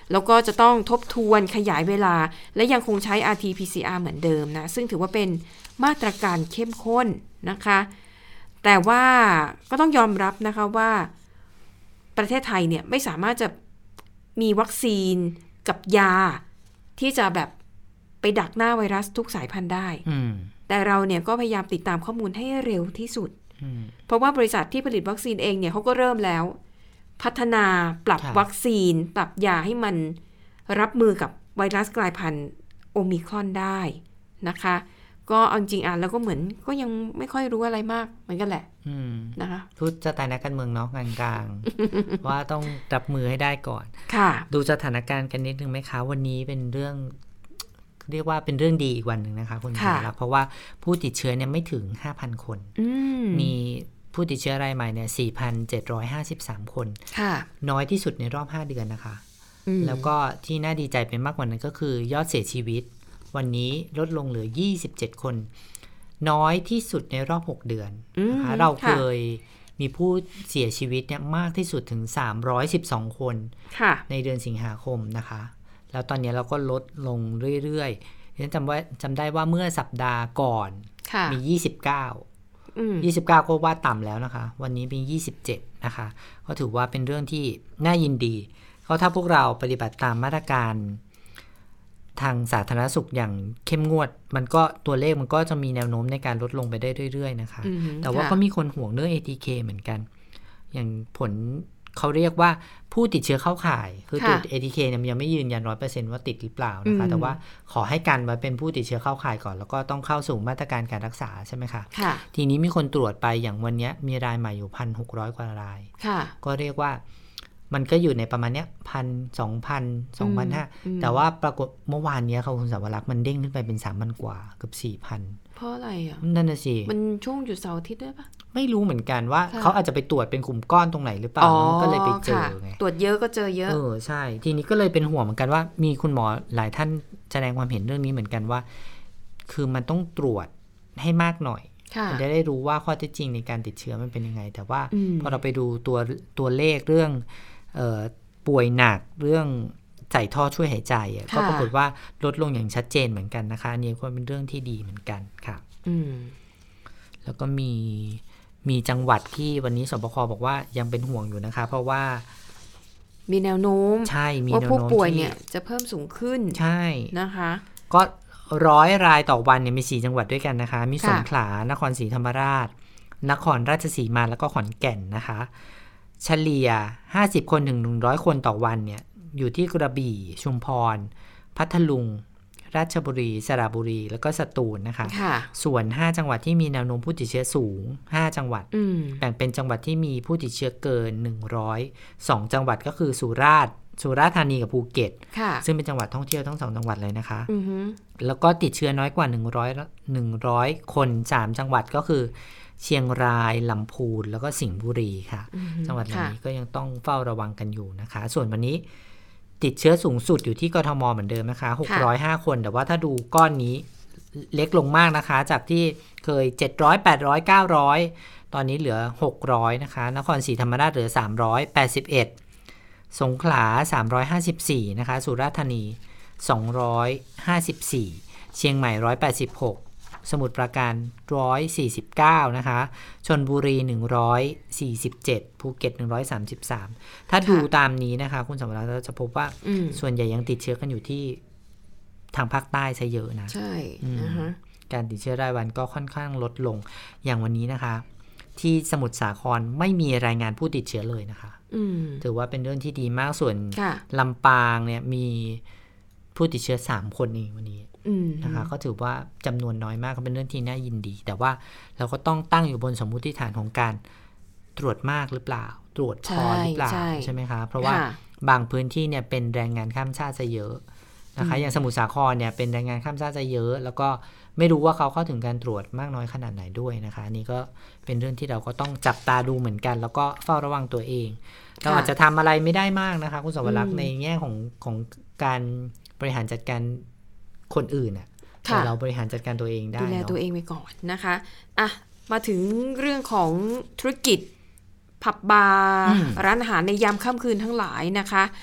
แล้วก็จะต้องทบทวนขยายเวลาและยังคงใช้ RT-PCR เหมือนเดิมนะซึ่งถือว่าเป็นมาตรการเข้มข้นนะคะแต่ว่าก็ต้องยอมรับนะคะว่าประเทศไทยเนี่ยไม่สามารถจะมีวัคซีนกับยาที่จะแบบไปดักหน้าไวรัสทุกสายพันธุ์ได้แต่เราเนี่ยก็พยายามติดตามข้อมูลให้เร็วที่สุดเพราะว่าบริษัทที่ผลิตวัคซีนเองเนี่ยเขาก็เริ่มแล้วพัฒนาปรับวัคซีนปรับยาให้มันรับมือกับไวรัสกลายพันธุ์โอมิครอนได้นะคะก็เอาจริงอ่านแล้วก็เหมือนก็ยังไม่ค่อยรู้อะไรมากเหมือนกันแหละนะคะพูดสไตล์นักการเมืองเนาะกลางๆ ว่าต้องรับมือให้ได้ก่อนดูสถานการณ์กันนิดนึงไหมคะวันนี้เป็นเรื่องเรียกว่าเป็นเรื่องดีอีกวันหนึ่งนะคะคุณสารักเพราะว่าผู้ติดเชื้อเนี่ยไม่ถึง 5,000 คนมีผู้ติดเชื้อรายใหม่เนี่ย 4,753 คนน้อยที่สุดในรอบ5เดือนนะคะแล้วก็ที่น่าดีใจเป็นมากกว่านั้นก็คือยอดเสียชีวิตวันนี้ลดลงเหลือ27คนน้อยที่สุดในรอบ6เดือนนะคะเราเคยมีผู้เสียชีวิตเนี่ยมากที่สุดถึง312คนในเดือนสิงหาคมนะคะแล้วตอนนี้เราก็ลดลงเรื่อยๆฉันจำได้ว่าเมื่อสัปดาห์ก่อนมี29ก็ว่าต่ำแล้วนะคะวันนี้มี27นะคะก็ถือว่าเป็นเรื่องที่น่ายินดีเพราะถ้าพวกเราปฏิบัติตามมาตรการทางสาธารณสุขอย่างเข้มงวดมันก็ตัวเลขมันก็จะมีแนวโน้มในการลดลงไปได้เรื่อยๆนะคะแต่ว่าก็มีคนห่วงเรื่อง ATK เหมือนกันอย่างผลเขาเรียกว่าผู้ติดเชื้อเข้าข่ายคือตัว ATK เนี่ยยังไม่ยืนยัน 100% ว่าติดหรือเปล่านะคะแต่ว่าขอให้กันไว้เป็นผู้ติดเชื้อเข้าข่ายก่อนแล้วก็ต้องเข้าสู่มาตรการการรักษาใช่ไหมคะทีนี้มีคนตรวจไปอย่างวันนี้มีรายใหม่อยู่ 1,600 กว่ารายก็เรียกว่ามันก็อยู่ในประมาณเนี้ย 1,000 2,000 2,500 แต่ว่าปรากฏเมื่อวานนี้ค่ะคุณสาวรักษ์มันเด้งขึ้นไปเป็น 3,000 กว่าเกือบ 4,000 เพราะอะไรอ่ะนั่นน่ะสิมันช่วงหยุดเสาร์อาทิตย์ด้วยปะไม่รู้เหมือนกันว่าเขาอาจจะไปตรวจเป็นกลุ่มก้อนตรงไหนหรือเปล่ามันก็เลยไปเจอไงตรวจเยอะก็เจอเยอะใช่ทีนี้ก็เลยเป็นห่วงเหมือนกันว่ามีคุณหมอหลายท่านแสดงความเห็นเรื่องนี้เหมือนกันว่าคือมันต้องตรวจให้มากหน่อยมันจะได้รู้ว่าข้อเท็จจริงในการติดเชื้อมันเป็นยังไงแต่ว่าพอเราไปดูตัวเลขเรื่องป่วยหนักเรื่องใส่ท่อช่วยหายใจก็ปรากฏว่าลดลงอย่างชัดเจนเหมือนกันนะคะอันนี้ก็เป็นเรื่องที่ดีเหมือนกันค่ะแล้วก็มีจังหวัดที่วันนี้สบคบอกว่ายังเป็นห่วงอยู่นะคะเพราะว่ามีแนวโน้มใช่มีแนวโน้มว่าผู้ป่วยเนี่ยจะเพิ่มสูงขึ้นใช่นะคะก็100 รายต่อวันเนี่ยมี4จังหวัดด้วยกันนะคะมีสงขลานครศรีธรรมราชนครราชสีมาแล้วก็ขอนแก่นนะคะเฉลี่ย50คนถึง100คนต่อวันเนี่ยอยู่ที่กระบี่ชุมพรพัทลุงราชบุรีสระบุรีแล้วก็สตูลนะคะส่วน5จังหวัดที่มีแนวโน้มผู้ติดเชื้อสูง5จังหวัดแบ่งเป็นจังหวัดที่มีผู้ติดเชื้อเกิน100 2จังหวัดก็คือสุราษฎร์ธานีกับภูเก็ตซึ่งเป็นจังหวัดท่องเที่ยวทั้ง2จังหวัดเลยนะคะแล้วก็ติดเชื้อน้อยกว่า100คน3จังหวัดก็คือเชียงรายลำพูนแล้วก็สิงห์บุรีค่ะจังหวัดเหล่านี้ก็ยังต้องเฝ้าระวังกันอยู่นะคะส่วนวันนี้ติดเชื้อสูงสุดอยู่ที่กทมเหมือนเดิมนะคะ605คนแต่ว่าถ้าดูก้อนนี้เล็กลงมากนะคะจากที่เคย700 800 900ตอนนี้เหลือ600นะคะนครศรีธรรมราชเหลือ381สงขลา354นะคะสุราษฎร์ธานี254เชียงใหม่186สมุทรปราการ149นะคะชลบุรี147ภูเก็ต133ถ้าดูตามนี้นะคะคุณสมรักษ์เราจะพบว่าส่วนใหญ่ยังติดเชื้อกันอยู่ที่ทางภาคใต้ซะเยอะนะใช่นะคะการติดเชื้อรายวันก็ค่อนข้างลดลงอย่างวันนี้นะคะที่สมุทรสาครไม่มีรายงานผู้ติดเชื้อเลยนะคะถือว่าเป็นเรื่องที่ดีมากส่วนลำปางเนี่ยมีผู้ติดเชื้อ3คนเองวันนี้นะคะก็ถือว่าจำนวนน้อยมากก็เป็นเรื่องที่น่ายินดีแต่ว่าเราก็ต้องตั้งอยู่บนสมมุติฐานของการตรวจมากหรือเปล่าตรวจพอหรือเปล่าใช่ไหมคะเพราะว่าบางพื้นที่เนี่ยเป็นแรงงานข้ามชาติซะเยอะนะคะอย่างสมุทรสาครเนี่ยเป็นแรงงานข้ามชาติซะเยอะแล้วก็ไม่รู้ว่าเขาเข้าถึงการตรวจมากน้อยขนาดไหนด้วยนะคะนี่ก็เป็นเรื่องที่เราก็ต้องจับตาดูเหมือนกันแล้วก็เฝ้าระวังตัวเองเราอาจจะทำอะไรไม่ได้มากนะคะคุณสวรักษ์ในแง่ของการบริหารจัดการคนอื่นน่ะแต่เราบริหารจัดการตัวเองได้ดูแลตัวเองไปก่อนนะคะอ่ะมาถึงเรื่องของธุรกิจผับบาร์ร้านอาหารในยามค่ำคืนทั้งหลายนะคะ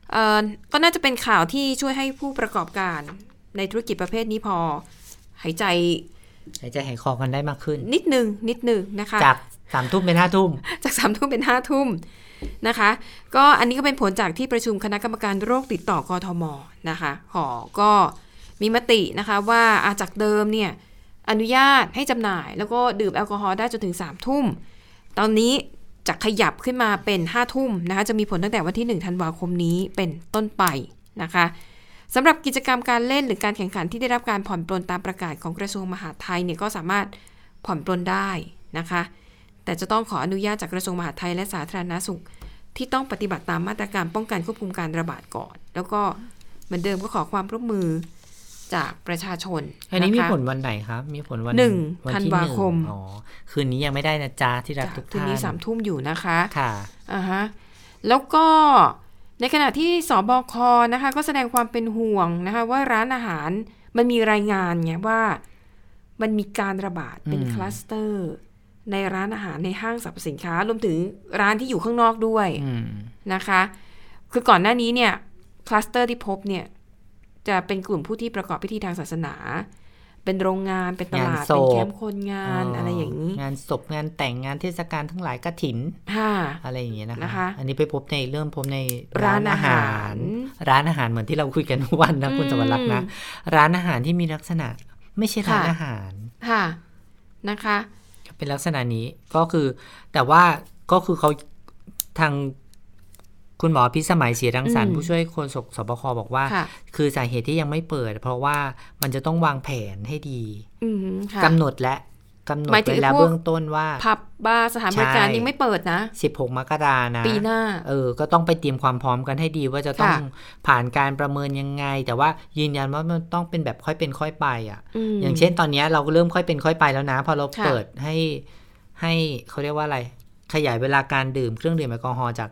ก็น่าจะเป็นข่าวที่ช่วยให้ผู้ประกอบการในธุรกิจประเภทนี้พอหายใจหายคอกันได้มากขึ้นนิดนึงนะคะจาก3 ทุ่มเป็น5 ทุ่มจาก3 ทุ่มเป็น5 ทุ่มนะคะก็อันนี้ก็เป็นผลจากที่ประชุมคณะกรรมการโรคติดต่อกทมนะคะก็มีมตินะคะว่าจากเดิมเนี่ยอนุญาตให้จำหน่ายแล้วก็ดื่มแอลกอฮอล์ได้จนถึง3 ทุ่มตอนนี้จะขยับขึ้นมาเป็น5 ทุ่มนะคะจะมีผลตั้งแต่วันที่1 ธันวาคมนี้เป็นต้นไปนะคะสำหรับกิจกรรมการเล่นหรือการแข่งขันที่ได้รับการผ่อนปรนตามประกาศของกระทรวงมหาดไทยเนี่ยก็สามารถผ่อนปรนได้นะคะแต่จะต้องขออนุญาตจากกระทรวงมหาดไทยและสาธารณสุขที่ต้องปฏิบัติตามมาตรการป้องกันควบคุมการระบาดก่อนแล้วก็เหมือนเดิมก็ขอความร่วมมือจากประชาชนอันนี้มีผลวันไหนครับมีผลวัน 1 ธันวาคมคืนนี้ยังไม่ได้นะจ๊ะที่รักทุกท่านคืนนี้3 ทุ่มอยู่นะคะค่ะแล้วก็ในขณะที่สบคนะคะก็แสดงความเป็นห่วงนะคะว่าร้านอาหารมันมีรายงานไงว่ามันมีการระบาดเป็นคลัสเตอร์ในร้านอาหารในห้างสรรพสินค้ารวมถึงร้านที่อยู่ข้างนอกด้วยนะคะคือก่อนหน้านี้เนี่ยคลัสเตอร์ที่พบเนี่ยจะเป็นกลุ่มผู้ที่ประกอบพิธีทางศาสนาเป็นโรงงานเป็นตลาดเป็นแคมป์คนงานอะไรอย่างนี้งานศพงานแต่งงานเทศกาลทั้งหลายกฐินอะไรอย่างเงี้ยนะคะอันนี้ไปพบในร้านอาหารเหมือนที่เราคุยกันทุกวันนะคุณสวรรค์นะร้านอาหารที่มีลักษณะไม่ใช่ร้านอาหารค่ะนะคะเป็นลักษณะนี้ก็คือแต่ว่าก็คือเขาทางคุณหมอพิสมัยศรีรังสรรค์ผู้ช่วยโฆษกสบคบอกว่าคือสาเหตุที่ยังไม่เปิดเพราะว่ามันจะต้องวางแผนให้ดีกำหนดไว้แล้วเบื้องต้นว่าผับบาร์สถานบริการยังไม่เปิดนะ 16 มกรานะปีหน้าก็ต้องไปเตรียมความพร้อมกันให้ดีว่าจะต้องผ่านการประเมินยังไงแต่ว่ายืนยันว่ามันต้องเป็นแบบค่อยเป็นค่อยไปอย่างเช่นตอนนี้เราก็เริ่มค่อยเป็นค่อยไปแล้วนะพอเราเปิดให้เขาเรียกว่าอะไรขยายเวลาการดื่มเครื่องดื่มแอลกอฮอล์จาก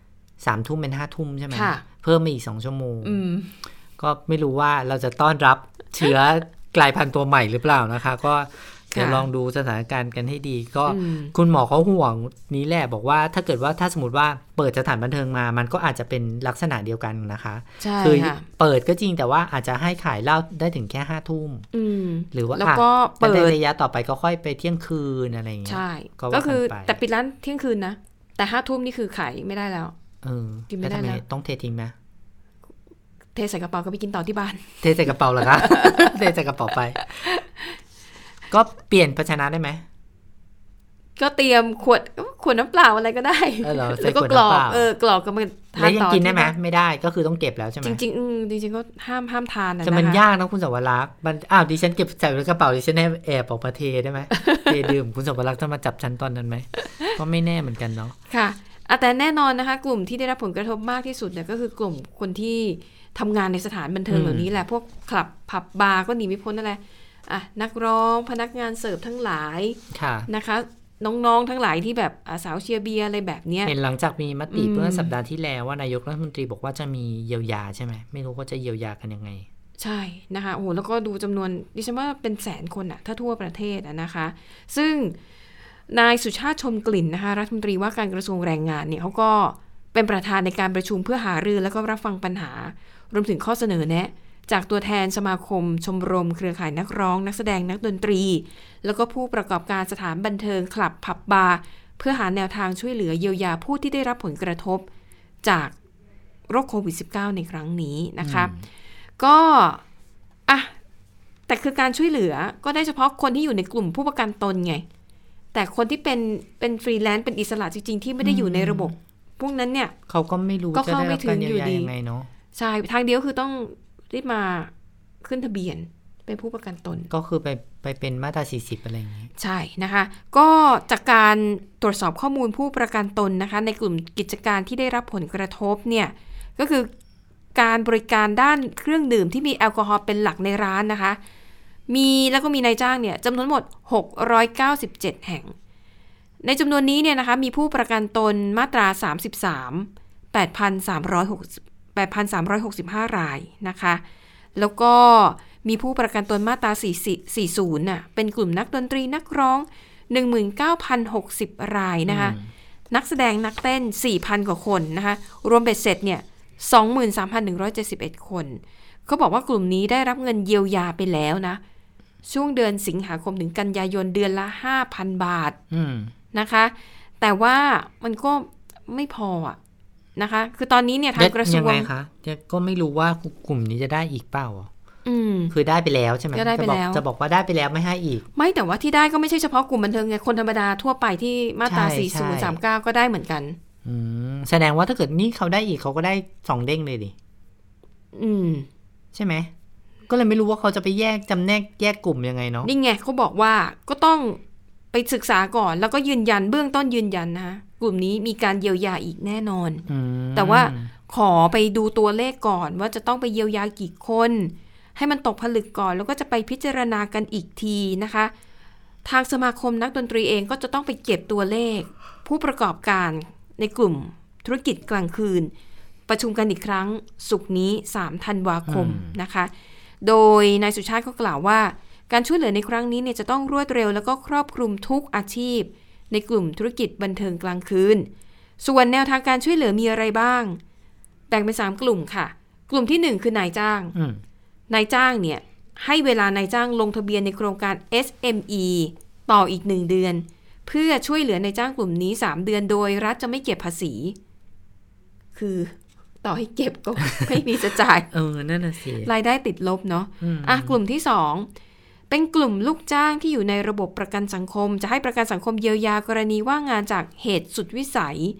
3 ทุ่มเป็น5 ทุ่มใช่ไหมเพิ่มมาอีก2 ชั่วโมงก็ไม่รู้ว่าเราจะต้อนรับเชื้อกลายพันธุ์ตัวใหม่หรือเปล่านะคะก็เดี๋ยวลองดูสถานการณ์กันให้ดีก็คุณหมอเขาห่วงนี้แหละบอกว่าถ้าเกิดว่าถ้าสมมติว่าเปิดสถานบันเทิงมามันก็อาจจะเป็นลักษณะเดียวกันนะคะคือเปิดก็จริงแต่ว่าอาจจะให้ขายเหล้าได้ถึงแค่5 ทุ่มหรือว่าแล้วก็เปิดระยะต่อไปก็ค่อยไปเที่ยงคืนอะไรอย่างเงี้ยใช่ก็คือแต่ปิดร้านเที่ยงคืนนะแต่5 ทุ่มนี่คือขายไม่ได้แล้วกินไม่ได้แล้วต้องเททิ้งไหมเทใส่กระเป๋าก็ไปกินต่อที่บ้านเทใส่กระเป๋าเหรอคะ เทใส่กระเป๋าไปก็เปลี่ยนภาชนะได้ไหมก็เตรียมขวดน้ำเปล่าอะไรก็ได้แล้วก็กรอกกรอกก็มันทานต่อกินได้ไหมไม่ได้ก็คือต้องเก็บแล้วใช่ไหมจริงๆจริงๆก็ห้ามทานนะแต่มันยากนะคุณสวรักษ์มันดิฉันเก็บใส่ในกระเป๋าดิฉันให้แอบออกมาเทได้ไหมเทดื่มคุณสวรักษ์จะมาจับฉันตอนนั้นไหมก็ไม่แน่เหมือนกันเนาะค่ะแต่แน่นอนนะคะกลุ่มที่ได้รับผลกระทบมากที่สุดเนี่ยก็คือกลุ่มคนที่ทำงานในสถานบันเทิงเหล่านี้แหละพวกคลับผับบาร์ก็หนีไม่พ้นอะไรนักร้องพนักงานเสิร์ฟทั้งหลายนะคะน้องๆทั้งหลายที่แบบสาวเชียร์เบียร์อะไรแบบเนี้ยเห็นหลังจากมีมติเมื่อสัปดาห์ที่แล้วว่านายกรัฐมนตรีบอกว่าจะมีเยียวยาใช่ไหมไม่รู้ว่าจะเยียวยากันยังไงใช่นะคะโอ้โหแล้วก็ดูจำนวนดิฉันว่าเป็น100,000 คนถ้าทั่วประเทศนะคะซึ่งนายสุชาติชมกลิ่นนะคะรัฐมนตรีว่าการกระทรวงแรงงานเนี่ยเขาก็เป็นประธานในการประชุมเพื่อหารือแล้วก็รับฟังปัญหารวมถึงข้อเสนอแนะจากตัวแทนสมาคมชมรมเครือข่ายนักร้องนักแสดงนักดนตรีแล้วก็ผู้ประกอบการสถานบันเทิงคลับผับบาร์เพื่อหาแนวทางช่วยเหลือเยียวยาผู้ที่ได้รับผลกระทบจากโรคโควิด -19 ในครั้งนี้นะคะก็แต่คือการช่วยเหลือก็ได้เฉพาะคนที่อยู่ในกลุ่มผู้ประกันตนไงแต่คนที่เป็นฟรีแลนซ์เป็นอิสระจริงๆที่ไม่ได้อยู่ในระบบพวกนั้นเนี่ยเขาก็ไม่รู้จะได้รับการเยียวยายังไงเนาะใช่ทางเดียวคือต้องรีบมาขึ้นทะเบียนเป็นผู้ประกันตนก็คือไปเป็นมาตรา40อะไรอย่างนี้ใช่นะคะก็จากการตรวจสอบข้อมูลผู้ประกันตนนะคะในกลุ่มกิจการที่ได้รับผลกระทบเนี่ยก็คือการบริการด้านเครื่องดื่มที่มีแอลกอฮอล์เป็นหลักในร้านนะคะแล้วก็มีนายจ้างเนี่ยจำนวนทั้งหมด697แห่งในจำนวนนี้เนี่ยนะคะมีผู้ประกันตนมาตรา33 8,365 รายนะคะแล้วก็มีผู้ประกันตนมาตรา40น่ะเป็นกลุ่มนักดนตรีนักร้อง 19,060 รายนะคะนักแสดงนักเต้น 4,000 กว่าคนนะคะรวมเบ็ดเสร็จเนี่ย 23,171 คนเขาบอกว่ากลุ่มนี้ได้รับเงินเยียวยาไปแล้วนะช่วงเดือนสิงหาคมถึงกันยายนเดือนละ 5,000 บาทนะคะแต่ว่ามันก็ไม่พอนะคะคือตอนนี้เนี่ยทางกระทรวงยังไงคะก็ไม่รู้ว่ากลุ่มนี้จะได้อีกเปล่าคือได้ไปแล้วใช่ไหมจะบอกว่าได้ไปแล้วไม่ให้อีกไม่แต่ว่าที่ได้ก็ไม่ใช่เฉพาะกลุ่มบันเทิงไงคนธรรมดาทั่วไปที่มาตรา4039ก็ได้เหมือนกันแสดงว่าถ้าเกิดนี่เขาได้อีกเขาก็ได้2เด้งเลยดิใช่ไหมก็เลยไม่รู้ว่าเขาจะไปแยกจำแนกแยกกลุ่มยังไงเนาะนี่ไงเขาบอกว่าก็ต้องไปศึกษาก่อนแล้วก็ยืนยันเบื้องต้นยืนยันนะกลุ่มนี้มีการเยียวยาอีกแน่นอนแต่ว่าขอไปดูตัวเลขก่อนว่าจะต้องไปเยียวยากี่คนให้มันตกผลึกก่อนแล้วก็จะไปพิจารณากันอีกทีนะคะทางสมาคมนักดนตรีเองก็จะต้องไปเก็บตัวเลขผู้ประกอบการในกลุ่มธุรกิจกลางคืนประชุมกันอีกครั้งศุกร์นี้3 ธันวาคมนะคะโดยนายสุชาติก็กล่าวว่าการช่วยเหลือในครั้งนี้เนี่ยจะต้องรวดเร็วแล้วก็ครอบคลุมทุกอาชีพในกลุ่มธุรกิจบันเทิงกลางคืนส่วนแนวทางการช่วยเหลือมีอะไรบ้างแบ่งเป็น3กลุ่มค่ะกลุ่มที่1คือนายจ้างนายจ้างเนี่ยให้เวลานายจ้างลงทะเบียนในโครงการ SME ต่ออีก1 เดือนเพื่อช่วยเหลือนายจ้างกลุ่มนี้3 เดือนโดยรัฐจะไม่เก็บภาษีคือต่อให้เก็บก็ ไม่มีจะจ่ายนั่นน่ะสิรายได้ติดลบเนาะกลุ่มที่2เป็นกลุ่มลูกจ้างที่อยู่ในระบบประกันสังคมจะให้ประกันสังคมเยียวยากรณีว่างงานจากเหตุสุดวิสัย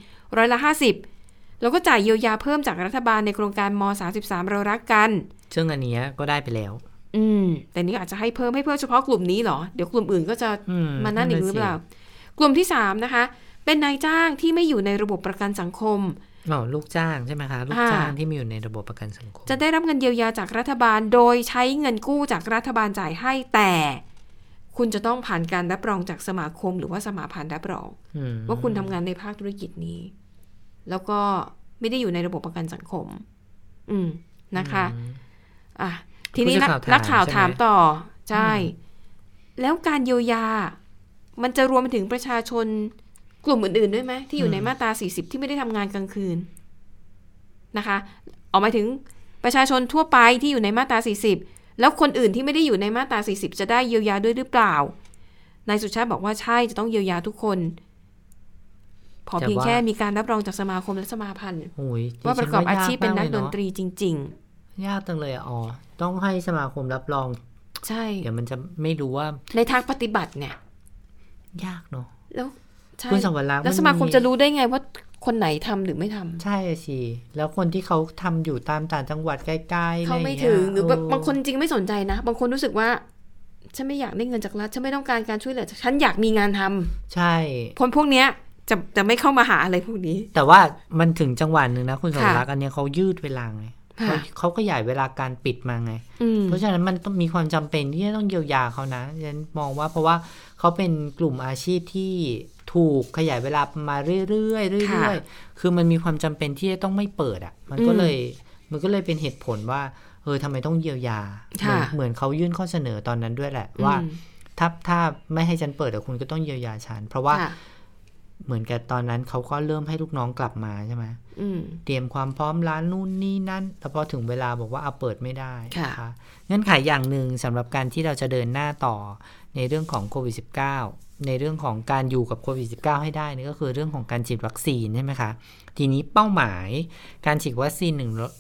50%แล้วก็จ่ายเยียวยาเพิ่มจากรัฐบาลในโครงการม.33เรารักกันซึ่งอันนี้ก็ได้ไปแล้วแต่นี้อาจจะให้เพิ่มเฉพาะกลุ่มนี้เหรอเดี๋ยวกลุ่มอื่นก็จะมานั่นอีกหรือเปล่ากลุ่มที่3นะคะเป็นนายจ้างที่ไม่อยู่ในระบบประกันสังคมลูกจ้างใช่ไหมคะลูกจ้างที่มีอยู่ในระบบประกันสังคมจะได้รับเงินเยียวยาจากรัฐบาลโดยใช้เงินกู้จากรัฐบาลจ่ายให้แต่คุณจะต้องผ่านการรับรองจากสมาคมหรือว่าสมาพันธ์รับรองว่าคุณทำงานในภาคธุรกิจนี้แล้วก็ไม่ได้อยู่ในระบบประกันสังคมนะคะทีนี้นักข่าวถามต่อใช่แล้วการเยียวยามันจะรวมไปถึงประชาชนกลุ่มอื่นๆด้วยไหมที่อยู่ในมาตรา40ที่ไม่ได้ทำงานกลางคืนนะคะออกมาถึงประชาชนทั่วไปที่อยู่ในมาตรา40แล้วคนอื่นที่ไม่ได้อยู่ในมาตรา40จะได้เยียวยาด้วยหรือเปล่านายสุชาติบอกว่าใช่จะต้องเยียวยาทุกคนพอเพียงแค่มีการรับรองจากสมาคมและสมาพันธ์ว่าประกอบอาชีพเป็นนักดนตรีจริงๆยากจังเลยต้องให้สมาคมรับรองใช่เดี๋ยวมันจะไม่รู้ว่าในทางปฏิบัติเนี่ยยากเนาะแล้วคุณสวรรค์แล้วสมาคมจะรู้ได้ไงว่าคนไหนทำหรือไม่ทำใช่สิแล้วคนที่เขาทำอยู่ตามต่างจังหวัดใกล้ๆเขาไม่ถึงหรือบางคนจริงไม่สนใจนะบางคนรู้สึกว่าฉันไม่อยากได้เงินจากรัฐฉันไม่ต้องการการช่วยเหลือฉันอยากมีงานทำใช่คนพวกเนี้ยจะไม่เข้ามาหาอะไรพวกนี้แต่ว่ามันถึงจังหวะนึงนะคุณสวรรค์อันนี้เขายืดเวลาไงเขาขยายเวลาการปิดมาไงเพราะฉะนั้นมันต้องมีความจำเป็นที่จะต้องเยียวยาเขานะฉันมองว่าเพราะว่าเขาเป็นกลุ่มอาชีพที่ถูกขยายเวลามาเรื่อยๆคือมันมีความจำเป็นที่จะต้องไม่เปิดมันก็เลยเป็นเหตุผลว่าทำไมต้องเยียวยาเหมือนเขายื่นข้อเสนอตอนนั้นด้วยแหละว่าถ้าไม่ให้ฉันเปิดคุณก็ต้องเยียวยาฉันเพราะว่าเหมือนกับตอนนั้นเขาก็เริ่มให้ลูกน้องกลับมาใช่ไหมเตรียมความพร้อมร้านนู่นนี่นั่นแต่พอถึงเวลาบอกว่าเปิดไม่ได้นะคะเงื่อนไขอย่างหนึ่งสำหรับการที่เราจะเดินหน้าต่อในเรื่องของโควิด -19 ในเรื่องของการอยู่กับโควิด -19 ให้ได้นี่ก็คือเรื่องของการฉีดวัคซีนใช่ไหมคะทีนี้เป้าหมายการฉีดวัคซีน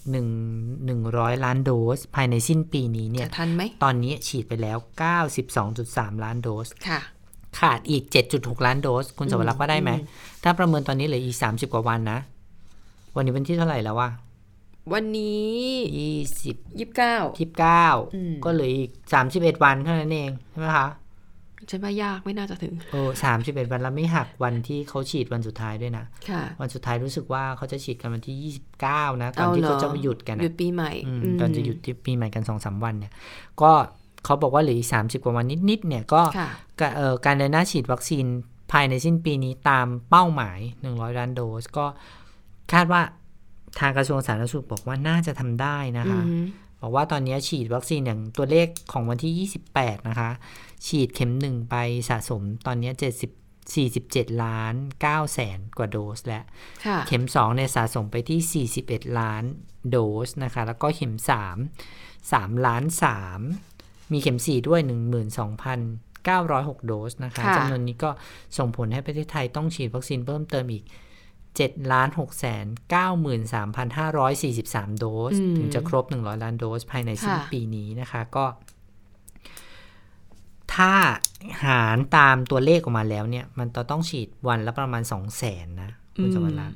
100 ล้านโดสภายในสิ้นปีนี้เนี่ยทันไหมตอนนี้ฉีดไปแล้ว 92.3 ล้านโดสค่ะขาดอีก 7.6 ล้านโดสคุณสวรรค์ว่าได้ไหมถ้าประเมินตอนนี้เหลืออีก30กว่าวันนะวันนี้เป็นที่เท่าไหร่แล้ววะวันนี้ 29ก็เหลืออีก31วันเท่านั้นเองใช่ไหมคะฉันว่ายากไม่น่าจะถึง 31วันแล้วไม่หักวันที่เขาฉีดวันสุดท้ายด้วยนะวันสุดท้ายรู้สึกว่าเขาจะฉีดกันวันที่29นะก่อนที่เขาจะหยุดกันหยุดปีใหม่ตอนจะหยุดปีใหม่กัน 2-3 วันเนี่ยก็เขาบอกว่าเหลืออีก30กว่าวันนิดๆเนี่ยก็การเดินหน้าฉีดวัคซีนภายในสิ้นปีนี้ตามเป้าหมาย100ล้านโดสก็คาดว่าทางกระทรวงสาธารณสุขบอกว่าน่าจะทำได้นะคะบอกว่าตอนนี้ฉีดวัคซีนอย่างตัวเลขของวันที่28นะคะฉีดเข็ม1ไปสะสมตอนนี้ 47.9 ล้านกว่าโดสแล้วเข็ม2เนี่ยสะสมไปที่41ล้านโดสนะคะแล้วก็เข็ม3ล้าน3มีเข็ม4ด้วย 12,906 โดสนะคะจำนวนนี้ก็ส่งผลให้ประเทศไทยต้องฉีดวัคซีนเพิ่มเติมอีก 7,693,543 โดสถึงจะครบ100ล้านโดสภายในสิ้นปีนี้นะคะก็ถ้าหารตามตัวเลขออกมาแล้วเนี่ยมันต้องฉีดวันละประมาณ 200,000 นะคุณสวรรค์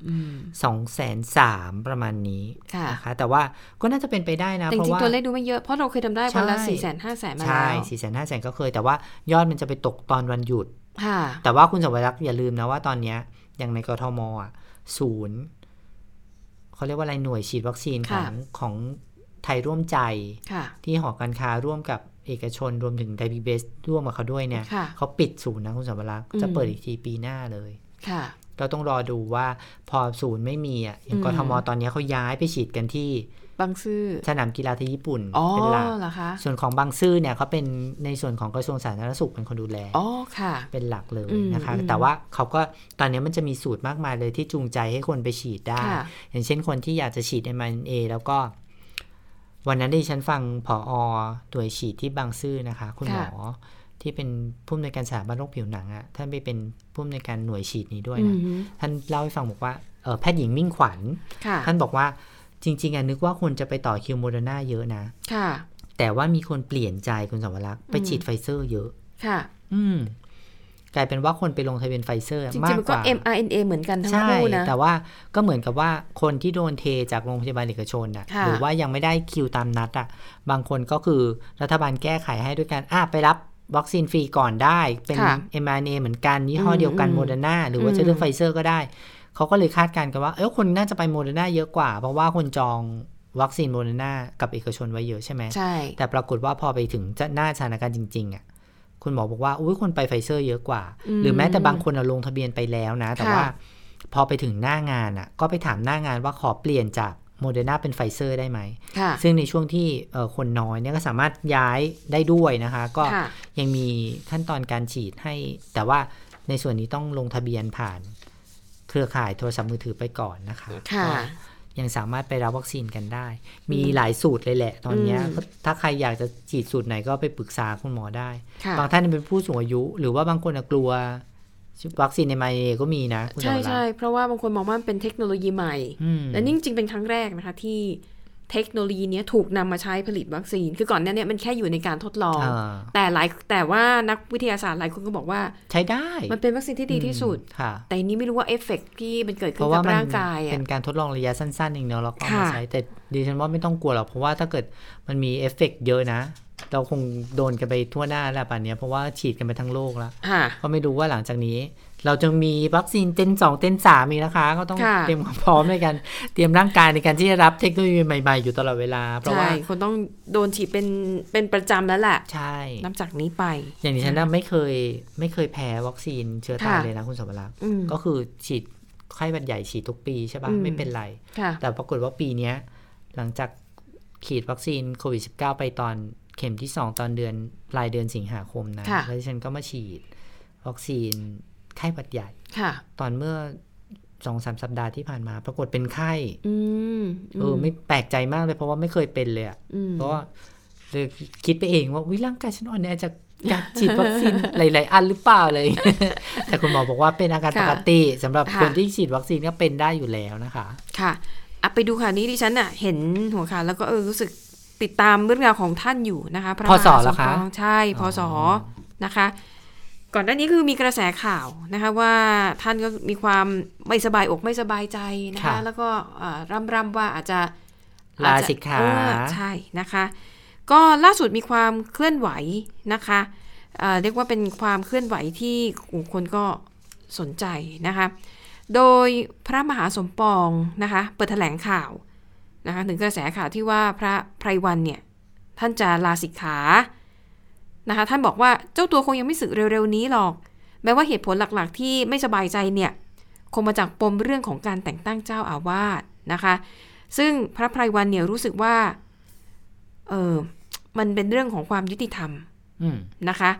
203,000 ประมาณนี้นะคะแต่ว่าก็น่าจะเป็นไปได้นะเพราะว่าจริงๆตัวเลขดูไม่เยอะเพราะเราเคยทำได้วันละ 400,000-500,000 มาแล้วใช่ 400,000-500,000 ก็เคยแต่ว่ายอดมันจะไปตกตอนวันหยุดแต่ว่าคุณสวรรค์อย่าลืมนะว่าตอนนี้อย่างในกทมศูนย์เขาเรียกว่าอะไรหน่วยฉีดวัคซีนของไทยร่วมใจที่หอการค้าร่วมกับเอกชนรวมถึงไทยพีบีเอสร่วมกับเขาด้วยเนี่ยเขาปิดศูนย์นะคุณสวรรค์จะเปิดอีกทีปีหน้าเลยก็ต้องรอดูว่าพอศูนย์ไม่มีอย่างกทมตอนนี้เขาย้ายไปฉีดกันที่บางซื่อสนามกีฬาที่ญี่ปุ่นเป็นหลักส่วนของบางซื่อเนี่ยเขาเป็นในส่วนของกระทรวงสาธารณสุขเป็นคนดูแลเป็นหลักเลยนะคะแต่ว่าเขาก็ตอนนี้มันจะมีสูตรมากมายเลยที่จูงใจให้คนไปฉีดได้อย่างเช่นคนที่อยากจะฉีด mRNA แล้วก็วันนั้นที่ฉันฟังผอ.หน่วยฉีดที่บางซื่อนะคะคุณหมอที่เป็นผู้อำนวยการสถาบันโรคผิวหนังท่านไปเป็นผู้อำนวยการหน่วยฉีดนี้ด้วยนะท่านเล่าให้ฟังบอกว่าแพทย์หญิงมิ่งขวัญท่านบอกว่าจริงๆนึกว่าคนจะไปต่อคิวโมเดอร์นาเยอะนะแต่ว่ามีคนเปลี่ยนใจคุณสวรักษ์ไปฉีดไฟเซอร์เยอะกลายเป็นว่าคนไปลงทะเบียนไฟเซอร์มากกว่า mRNA เหมือนกันทั้งคู่นะแต่ว่าก็เหมือนกับว่าคนที่โดนเทจากโรงพยาบาลเอกชนหรือว่ายังไม่ได้คิวตามนัดบางคนก็คือรัฐบาลแก้ไขให้ด้วยการไปรับวัคซีนฟรีก่อนได้เป็น mRNA เหมือนกันยี่ห้อเดียวกันโมเดอร์นาหรือว่าจะเลือกไฟเซอร์ก็ได้เขาก็เลยคาดการณ์กันว่าคนน่าจะไปโมเดอร์นาเยอะกว่าเพราะว่าคนจองวัคซีนโมเดอร์นากับเอกชนไว้เยอะใช่ไหมใช่แต่ปรากฏว่าพอไปถึงหน้าสถานการณ์จริงๆคุณหมอบอกว่าคนไปไฟเซอร์เยอะกว่าหรือแม้แต่บางคนลงทะเบียนไปแล้วนะแต่ว่าพอไปถึงหน้างานก็ไปถามหน้างานว่าขอเปลี่ยนจากโมเดอร์นาเป็นไฟเซอร์ได้ไหมซึ่งในช่วงที่คนน้อยเนี่ยก็สามารถย้ายได้ด้วยนะคะก็ยังมีขั้นตอนการฉีดให้แต่ว่าในส่วนนี้ต้องลงทะเบียนผ่านเครือข่ายโทรศัพท์มือถือไปก่อนนะคะยังสามารถไปรับวัคซีนกันได้มีหลายสูตรเลยแหละตอนนี้ถ้าใครอยากจะฉีดสูตรไหนก็ไปปรึกษาคุณหมอได้บางท่านเป็นผู้สูงอายุหรือว่าบางคนกลัววัคซีนในmRNAก็มีนะใช่ใช่เพราะว่าบางคนมองว่ามันเป็นเทคโนโลยีใหม่และนี่จริงๆเป็นครั้งแรกนะคะที่เทคโนโลยีนี้ถูกนำมาใช้ผลิตวัคซีนคือก่อนหน้านี้มันแค่อยู่ในการทดลองแต่ว่านักวิทยาศาสตร์หลายคนก็บอกว่าใช้ได้มันเป็นวัคซีนที่ดีที่สุดแต่นี้ไม่รู้ว่าเอฟเฟกต์ที่มันเกิดขึ้นกับร่างกายเป็นการทดลองระยะสั้นๆเองเนาะแล้วก็มาใช้แต่ดิฉันว่าไม่ต้องกลัวหรอกเพราะว่าถ้าเกิดมันมีเอฟเฟกต์เยอะนะเราคงโดนกันไปทั่วหน้าแล้วป่านนี้เพราะว่าฉีดกันไปทั้งโลกแล้วก็ไม่รู้ว่าหลังจากนี้เราจะมีวัคซีนเต็ม2เต็ม3อีกนะคะก็ต้องเตรียมความพร้อมในการเตรียมร่างกายในการที่จะรับเทคโนโลยีใหม่ๆอยู่ตลอดเวลาเพราะว่าคนต้องโดนฉีดเป็นประจำแล้วแหละใช่นับจากนี้ไปอย่างนี้ฉันไม่เคยแพ้วัคซีนเชื้อตายเลยนะคุณสมรักษ์ก็คือฉีดไข้หวัดใหญ่ฉีดทุกปีใช่ป่ะไม่เป็นไรแต่ปรากฏว่าปีนี้หลังจากฉีดวัคซีนโควิด -19 ไปตอนเข็มที่2ตอนปลายเดือนสิงหาคมนะแล้วฉันก็มาฉีดวัคซีนไข้หวัดใหญ่ตอนเมื่อ 2-3 สัปดาห์ที่ผ่านมาปรากฏเป็นไข้ไม่แปลกใจมากเลยเพราะว่าไม่เคยเป็นเลยเพราะว่าเลยคิดไปเองว่าร่างกายฉันอ่อนแอจากการฉีดวัคซีนหลายๆอันหรือเปล่าเลย แต่คุณหมอบอกว่าเป็นอาการปกติสำหรับคนที่ฉีดวัคซีนก็เป็นได้อยู่แล้วนะคะค่ะไปดูค่ะนี้ดิฉันเห็นหัวข่าวแล้วก็รู้สึกติดตามเรื่องราวของท่านอยู่นะคะพระมหาสมปองใช่พศนะคะก่อนหน้านี้คือมีกระแสข่าวนะคะว่าท่านก็มีความไม่สบายอกไม่สบายใจนะคะแล้วก็ร่ำว่าอาจจะลาสิกขาใช่นะคะก็ล่าสุดมีความเคลื่อนไหวนะคะเรียกว่าเป็นความเคลื่อนไหวที่คนก็สนใจนะคะโดยพระมหาสมปองนะคะเปิดแถลงข่าวนะคะถึงกระแสข่าวที่ว่าพระไพรวันเนี่ยท่านจะลาสิกขานะคะท่านบอกว่าเจ้าตัวคงยังไม่สึกเร็วๆนี้หรอกแม้ว่าเหตุผลหลักๆที่ไม่สบายใจเนี่ยคงมาจากปมเรื่องของการแต่งตั้งเจ้าอาวาสนะคะซึ่งพระไพรวันเนี่ยรู้สึกว่ามันเป็นเรื่องของความยุติธรรมนะคะ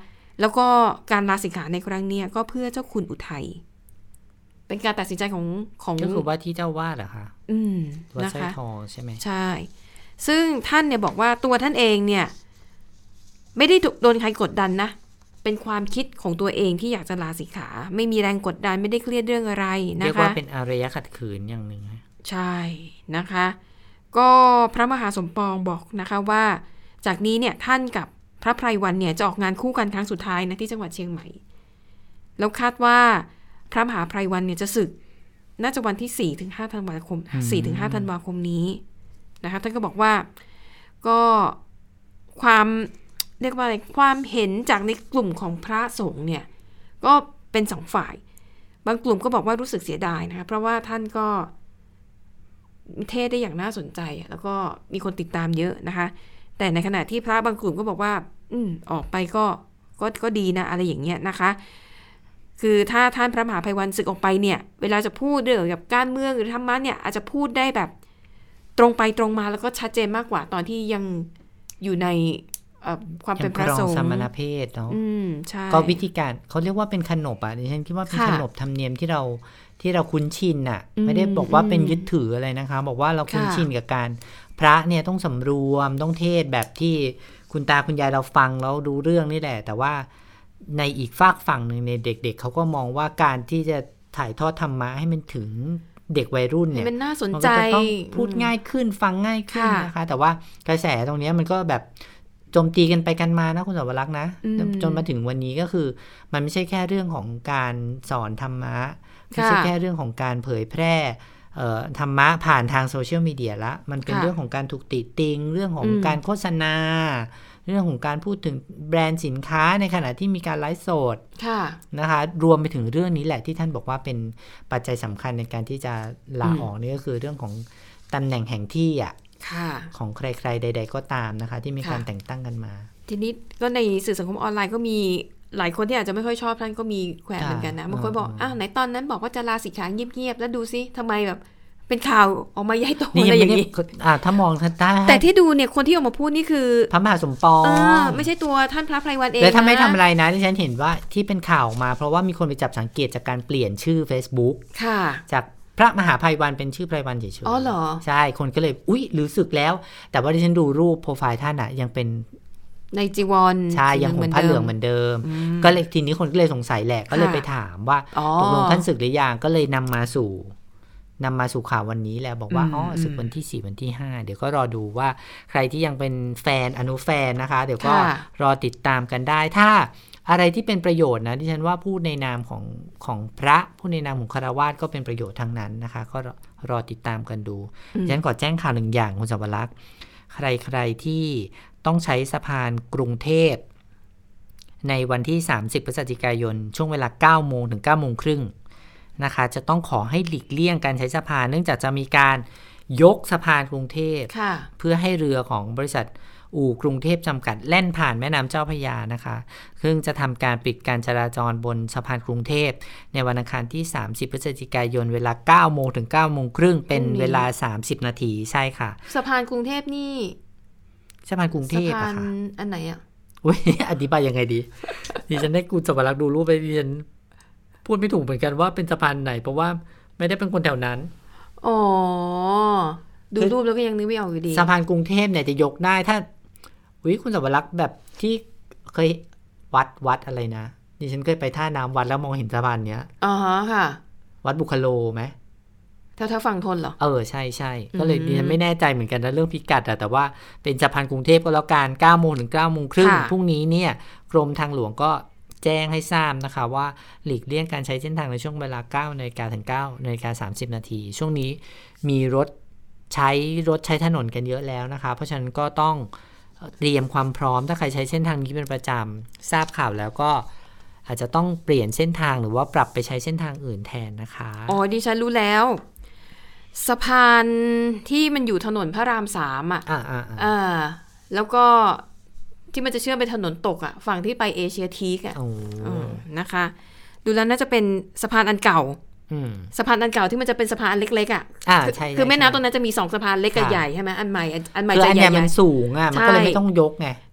แล้วก็การลาสิกขาในครั้งนี้ก็เพื่อเจ้าคุณอุทัยเป็นการตัดสินใจของก็คือว่าที่เจ้าวาดเหรอคะวัดสร้อยทองใช่ไหมใช่ซึ่งท่านเนี่ยบอกว่าตัวท่านเองเนี่ยไม่ได้โดนใครกดดันนะเป็นความคิดของตัวเองที่อยากจะลาสิกขาไม่มีแรงกดดันไม่ได้เครียดเรื่องอะไรนะคะเรียกว่าเป็นอารยะขัดขืนอย่างหนึ่งใช่นะคะก็พระมหาสมปองบอกนะคะว่าจากนี้เนี่ยท่านกับพระไพรวันเนี่ยจะออกงานคู่กันครั้งสุดท้ายนะที่จังหวัดเชียงใหม่แล้วคาดว่าพระมหาไพรวันเนี่ยจะสึกน่าจะวันที่ 4-5 ธันวาคม 4-5 ธันวาคมนี้นะคะท่านก็บอกว่าก็ความเรียกว่าอะไรความเห็นจากในกลุ่มของพระสงฆ์เนี่ยก็เป็นสองฝ่ายบางกลุ่มก็บอกว่ารู้สึกเสียดายนะคะเพราะว่าท่านก็เทศได้อย่างน่าสนใจแล้วก็มีคนติดตามเยอะนะคะแต่ในขณะที่พระบางกลุ่มก็บอกว่าออกไปก็ดีนะอะไรอย่างเงี้ยนะคะคือถ้าท่านพระมหาไพวันศึกออกไปเนี่ยเวลาจะพูดเรื่องเกี่ยวกับการเมืองหรือธรรมะเนี่ยอาจจะพูดได้แบบตรงไปตรงมาแล้วก็ชัดเจนมากกว่าตอนที่ยังอยู่ในความเป็นพระสงฆ์สมณเพศเนาะใช่ก็วิธีการเขาเรียกว่าเป็นขนบอ่ะดิฉันคิดว่าเป็นขนบธรรมเนียมที่เราคุ้นชินอ่ะไม่ได้บอกว่าเป็นยึดถืออะไรนะคะบอกว่าเราคุ้นชินกับการพระเนี่ยต้องสำรวมต้องเทศแบบที่คุณตาคุณยายเราฟังแล้วดูเรื่องนี่แหละแต่ว่าในอีกฝากฝั่งหนึ่งในเด็กๆเขาก็มองว่าการที่จะถ่ายทอดธรรมะให้มันถึงเด็กวัยรุ่นเนี่ยมันน่าสนใจมันก็จะต้องพูดง่ายขึ้นฟังง่ายขึ้นนะคะแต่ว่ากระแสตรงนี้มันก็แบบโจมตีกันไปกันมานะคุณสวรักษ์นะจนมาถึงวันนี้ก็คือมันไม่ใช่แค่เรื่องของการสอนธรรมะไม่ใช่แค่เรื่องของการเผยแพร่ธรรมะผ่านทางโซเชียลมีเดียละมันเป็นเรื่องของการถูกติติงเรื่องของการโฆษณาเรื่องของการพูดถึงแบรนด์สินค้าในขณะที่มีการไลฟ์สดนะคะรวมไปถึงเรื่องนี้แหละที่ท่านบอกว่าเป็นปัจจัยสำคัญในการที่จะลาออกนี่ก็คือเรื่องของตำแหน่งแห่งที่ของใครๆใดๆก็ตามนะคะที่มีการแต่งตั้งกันมาทีนี้ก็ในสื่อสังคมออนไลน์ก็มีหลายคนที่อาจจะไม่ค่อยชอบท่านก็มีแขวนเหมือนกันนะบางคนบอกไหนตอนนั้นบอกว่าจะลาสิกขาเงียบๆแล้วดูซิทำไมแบบเป็นข่าวออกมาใหญ่โตอะไรอย่างนี้ถ้ามองแต่ที่ดูเนี่ยคนที่ออกมาพูดนี่คือพระมหาสมปองไม่ใช่ตัวท่านพระไพรวันเองแล้วถ้าไม่ทำอะไรนะที่ฉันเห็นว่าที่เป็นข่าวออกมาเพราะว่ามีคนไปจับสังเกตจากการเปลี่ยนชื่อ Facebook จากพระมหาไพวันเป็นชื่อไพรวันเฉยๆอ๋อเหรอใช่คนก็เลยอุ๊ยรู้สึกแล้วแต่ว่าที่ฉันดูรูปโปรไฟล์ท่านอ่ะยังเป็นในจีวรใช่ยังห่มผ้าเหลืองเหมือนเดิมก็เลยทีนี้คนก็เลยสงสัยแหละก็เลยไปถามว่าตกลงท่านศึกหรือยังก็เลยนำมาสู่ข่าววันนี้แล้วบอกว่าศึกวันที่4วันที่5เดี๋ยวก็รอดูว่าใครที่ยังเป็นแฟนอนุแฟนนะคะเดี๋ยวก็รอติดตามกันได้ถ้าอะไรที่เป็นประโยชน์นะที่ฉันว่าพูดในนามของพระพูดในนามของฆราวาสก็เป็นประโยชน์ทั้งนั้นนะคะก็รอติดตามกันดูฉันขอแจ้งข่าวหนึ่งอย่างคุณสวรักษ์ใครที่ต้องใช้สะพานกรุงเทพในวันที่30พฤศจิกายนช่วงเวลา 9 โมงถึง 9 โมงครึ่งนะคะจะต้องขอให้หลีกเลี่ยงการใช้สะพานเนื่องจากจะมีการยกสะพานกรุงเทพเพื่อให้เรือของบริษัทอู่กรุงเทพจำกัดแล่นผ่านแม่น้ำเจ้าพระยานะคะซึ่งจะทำการปิดการจราจรบนสะพานกรุงเทพในวันอังคารที่30พฤศจิกายนเวลา 9 โมงถึง 9 โมงครึ่งเป็นเวลา30นาทีใช่ค่ะสะพานกรุงเทพนี่สะพานกรุงเทพอะค่ะอันไหนอ่ะอุ๊ยอธิบายยังไงดีดิฉันได้คุณสวรักษ์ดูรูปไปดิฉันพูดไม่ถูกเหมือนกันว่าเป็นสะพานไหนเพราะว่าไม่ได้เป็นคนแถวนั้นอ๋อดูรูปแล้วก็ยังนึกไม่ออกอยู่ดีสะพานกรุงเทพเนี่ยจะยกได้ถ้าคุณสวรักษ์แบบที่เคยวัดอะไรนะดิฉันเคยไปท่าน้ำวัดแล้วมองเห็นสะพานเนี้ยค่ะวัดบุคโลไหมแถวฝั่งทนเหรอใช่ก็เลยดิฉันไม่แน่ใจเหมือนกันนะเรื่องพิกัดแต่ว่าเป็นสะพานกรุงเทพก็แล้วกัน 9 โมงถึง 9 โมงครึ่งพรุ่งนี้เนี่ยกรมทางหลวงก็แจ้งให้ทราบนะคะว่าหลีกเลี่ยงการใช้เส้นทางในช่วงเวลา 9 นาฬิกาถึง 9 นาฬิกา 30 นาทีช่วงนี้มีรถใช้ถนนกันเยอะแล้วนะคะเพราะฉะนั้นก็ต้องเตรียมความพร้อมถ้าใครใช้เส้นทางนี้เป็นประจำทราบข่าวแล้วก็อาจจะต้องเปลี่ยนเส้นทางหรือว่าปรับไปใช้เส้นทางอื่นแทนนะคะดิฉันรู้แล้วสะพานที่มันอยู่ถนนพระราม3แล้วก็ที่มันจะเชื่อมไปถนนตกฝั่งที่ไปเอเชียทีกนะคะดูแล้วน่าจะเป็นสะพานอันเก่าสะพานอันเก่าที่มันจะเป็นสะพานเล็กใช่คือแม่น้ำตรงนั้นจะมี2สะพานเล็กกับใหญ่ใช่ไหมอันใหม่จะใหญ่มันสูงมันก็เลยไม่ต้องยกไง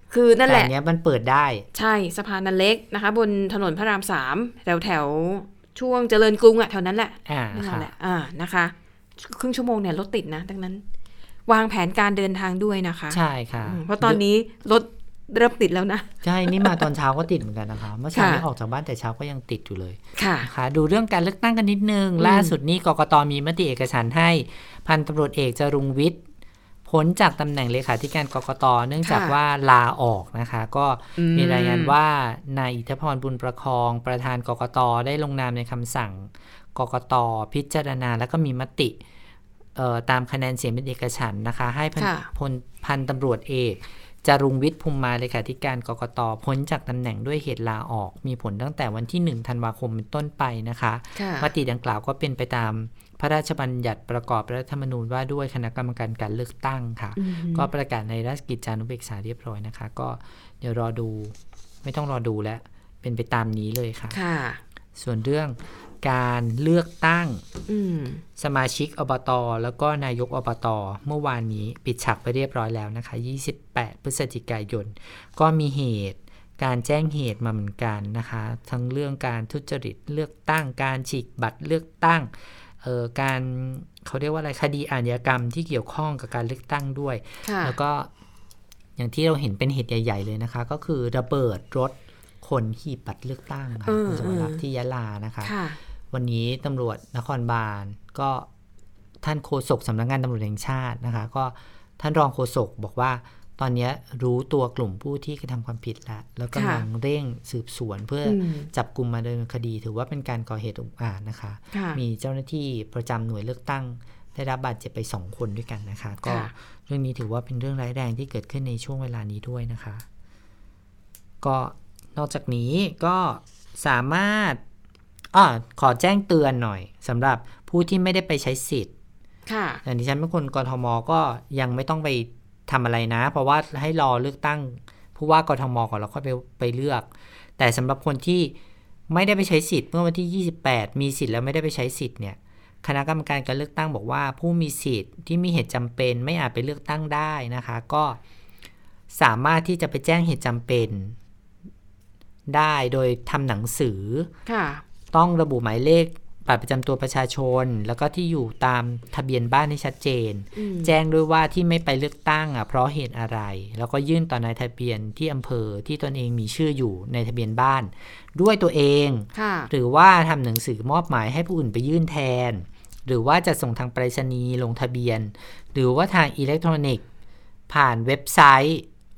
คือนั่นแหละแต่เนี้ยมันเปิดได้ใช่สะพานนันเล็กนะคะบนถนนพระราม3แถวช่วงเจริญกรุงแถวนั้นแหละนั่นแหละนะคะครึ่งชั่วโมงเนี่ยรถติดนะดังนั้นวางแผนการเดินทางด้วยนะคะใช่ค่ะเพราะตอนนี้รถเริ่มติดแล้วนะใช่นี่มาตอนเช้าก็ติดเหมือนกันนะคะเมื่อเช้านี้ออกจากบ้านแต่เช้าก็ยังติดอยู่เลยค่ะดูเรื่องการเลือกตั้งกันนิดนึงล่าสุดนี้กกต.มีมติเอกฉันท์ให้พันตำรวจเอกจรุงวิทย์พ้นจากตำแหน่งเลขาธิการกกต.เนื่องจากว่าลาออกนะคะก็มีรายงานว่านายอิทธิพรบุญประคองประธานกกต.ได้ลงนามในคำสั่งกกต.พิจารณาแล้วก็มีมติตามคะแนนเสียงเป็นเอกฉันท์นะคะให้พันตำรวจเอกจรุงวิทย์ภูมิมาเลขาธิการกกต.พ้นจากตำแหน่งด้วยเหตุลาออกมีผลตั้งแต่วันที่1ธันวาคมเป็นต้นไปนะคะมติดังกล่าวก็เป็นไปตามพระราชบัญญัติประกอบรัฐธรรมนูญว่าด้วยคณะกรรมการการเลือกตั้งค่ะก็ประกาศในราชกิจจานุเบกษาเรียบร้อยนะคะก็เดี๋ยวรอดูไม่ต้องรอดูแล้วเป็นไปตามนี้เลยค่ะส่วนเรื่องการเลือกตั้งสมาชิกอบต.แล้วก็นายกอบต.เมื่อวานนี้ปิดฉากไปเรียบร้อยแล้วนะคะ28พฤศจิกายนก็มีเหตุการแจ้งเหตุมาเหมือนกันนะคะทั้งเรื่องการทุจริตเลือกตั้งการฉีกบัตรเลือกตั้งการเขาเรียกว่าอะไรคดีอาชญากรรมที่เกี่ยวข้องกับการเลือกตั้งด้วยแล้วก็อย่างที่เราเห็นเป็นเหตุใหญ่ๆเลยนะคะก็คือระเบิดรถคนหีบบัตรเลือกตั้งค่ะคุณสมรักษ์ที่ยะลานะคะวันนี้ตำรวจนครบาลก็ท่านโฆษกสำนักงานตำรวจแห่งชาตินะคะก็ท่านรองโฆษกบอกว่าตอนนี้รู้ตัวกลุ่มผู้ที่กระทำความผิดแล้วกำลังเร่งสืบสวนเพื่อจับกุมมาดำเนินคดีถือว่าเป็นการก่อเหตุอุกอาจนะคะมีเจ้าหน้าที่ประจำหน่วยเลือกตั้งได้รับบาดเจ็บไป2คนด้วยกันนะคะก็เรื่องนี้ถือว่าเป็นเรื่องร้ายแรงที่เกิดขึ้นในช่วงเวลานี้ด้วยนะคะก็นอกจากนี้ก็สามารถขอแจ้งเตือนหน่อยสำหรับผู้ที่ไม่ได้ไปใช้สิทธิ์อย่างที่ฉันเป็นคนกทม.ก็ยังไม่ต้องไปทำอะไรนะเพราะว่าให้รอเลือกตั้งผู้ว่ากทม.ก่อนแล้วค่อยไปเลือกแต่สำหรับคนที่ไม่ได้ไปใช้สิทธิ์เมื่อวันที่28มีสิทธิ์แล้วไม่ได้ไปใช้สิทธิ์เนี่ยคณะกรรมการการเลือกตั้งบอกว่าผู้มีสิทธิ์ที่มีเหตุจำเป็นไม่อาจไปเลือกตั้งได้นะคะก็สามารถที่จะไปแจ้งเหตุจำเป็นได้โดยทำหนังสือต้องระบุหมายเลขบัตรประจำตัวประชาชนแล้วก็ที่อยู่ตามทะเบียนบ้านให้ชัดเจนแจ้งด้วยว่าที่ไม่ไปเลือกตั้งเพราะเหตุอะไรแล้วก็ยื่นต่อนายทะเบียนที่อำเภอที่ตนเองมีชื่ออยู่ในทะเบียนบ้านด้วยตัวเองหรือว่าทำหนังสือมอบหมายให้ผู้อื่นไปยื่นแทนหรือว่าจะส่งทางไปรษณีย์ลงทะเบียนหรือว่าทางอิเล็กทรอนิกส์ผ่านเว็บไซต์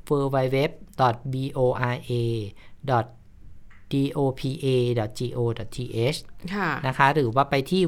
www.bora.dopa.go.th นะคะหรือว่าไปที่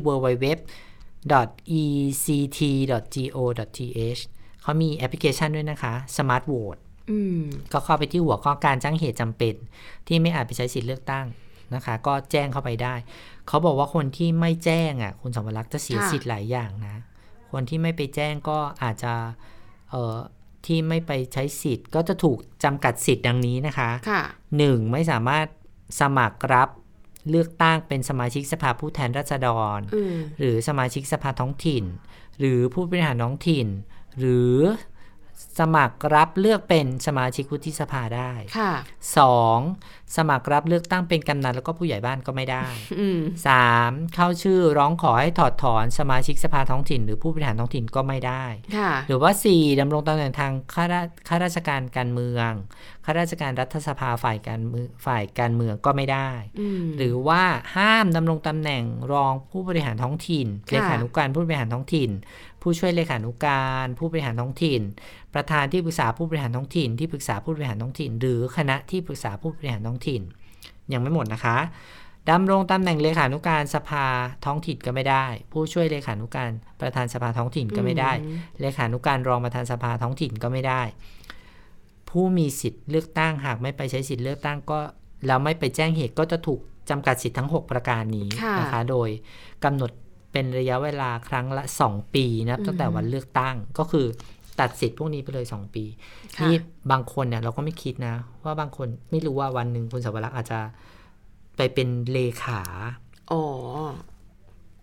www.ect.go.th เขามีแอปพลิเคชันด้วยนะคะ Smart Vote ก็เข้าไปที่หัวข้อการแจ้งเหตุจำเป็นที่ไม่อาจไปใช้สิทธิเลือกตั้งนะคะก็แจ้งเข้าไปได้เขาบอกว่าคนที่ไม่แจ้งคุณสมรักษ์จะเสียสิทธิ์หลายอย่างนะคนที่ไม่ไปแจ้งก็อาจจะที่ไม่ไปใช้สิทธิ์ก็จะถูกจำกัดสิทธิ์ดังนี้นะคะ 1. ไม่สามารถสมัครรับเลือกตั้งเป็นสมาชิกสภาผู้แทนราษฎรหรือสมาชิกสภาท้องถิ่นหรือผู้บริหารท้องถิ่นหรือสมัครรับเลือกเป็นสมาชิกวุฒิสภาได้ 2. สมัครรับเลือกตั้งเป็นกำนันแล้วก็ผู้ใหญ่บ้านก็ไม่ได้ 3. เข้าชื่อร้องขอให้ถอดถอนสมาชิกสภาท้องถิ่นหรือผู้บริหารท้องถิ่นก็ไม่ได้หรือว่า 4. ดำรงตำแหน่งทางข้าราชการการเมืองข้าราชการรัฐสภาฝ่ายการเมืองก็ไม่ได้หรือว่าห้ามดำรงตำแหน่งรองผู้บริหารท้องถิ่นเลขานุการผู้บริหารท้องถิ่นผู้ช่วยเลขานุการผู้บริหารท้องถิ่นประธานที่ปรึกษาผู้บริหารท้องถิ่นที่ปรึกษาผู้บริหารท้องถิ่นหรือคณะที่ปรึกษาผู้บริหารท้องถิ่นยังไม่หมดนะคะดำรงตำแหน่งเลขานุการสภาท้องถิ่นก็ไม่ได้ผู้ช่วยเลขานุการประธานสภาท้องถิ่นก็ไม่ได้เลขานุการรองประธานสภาท้องถิ่นก็ไม่ได้ผู้มีสิทธิ์เลือกตั้งหากไม่ไปใช้สิทธิ์เลือกตั้งก็แล้วไม่ไปแจ้งเหตุก็จะถูกจำกัดสิทธิ์ทั้ง6ประการนี้นะคะโดยกำหนดเป็นระยะเวลาครั้งละ2ปีนะตั้งแต่วันเลือกตั้งก็คือตัดสิทธิ์พวกนี้ไปเลย2ปีนี่บางคนเนี่ยเราก็ไม่คิดนะว่าบางคนไม่รู้ว่าวันหนึ่งคุณสวรักษ์อาจจะไปเป็นเลขา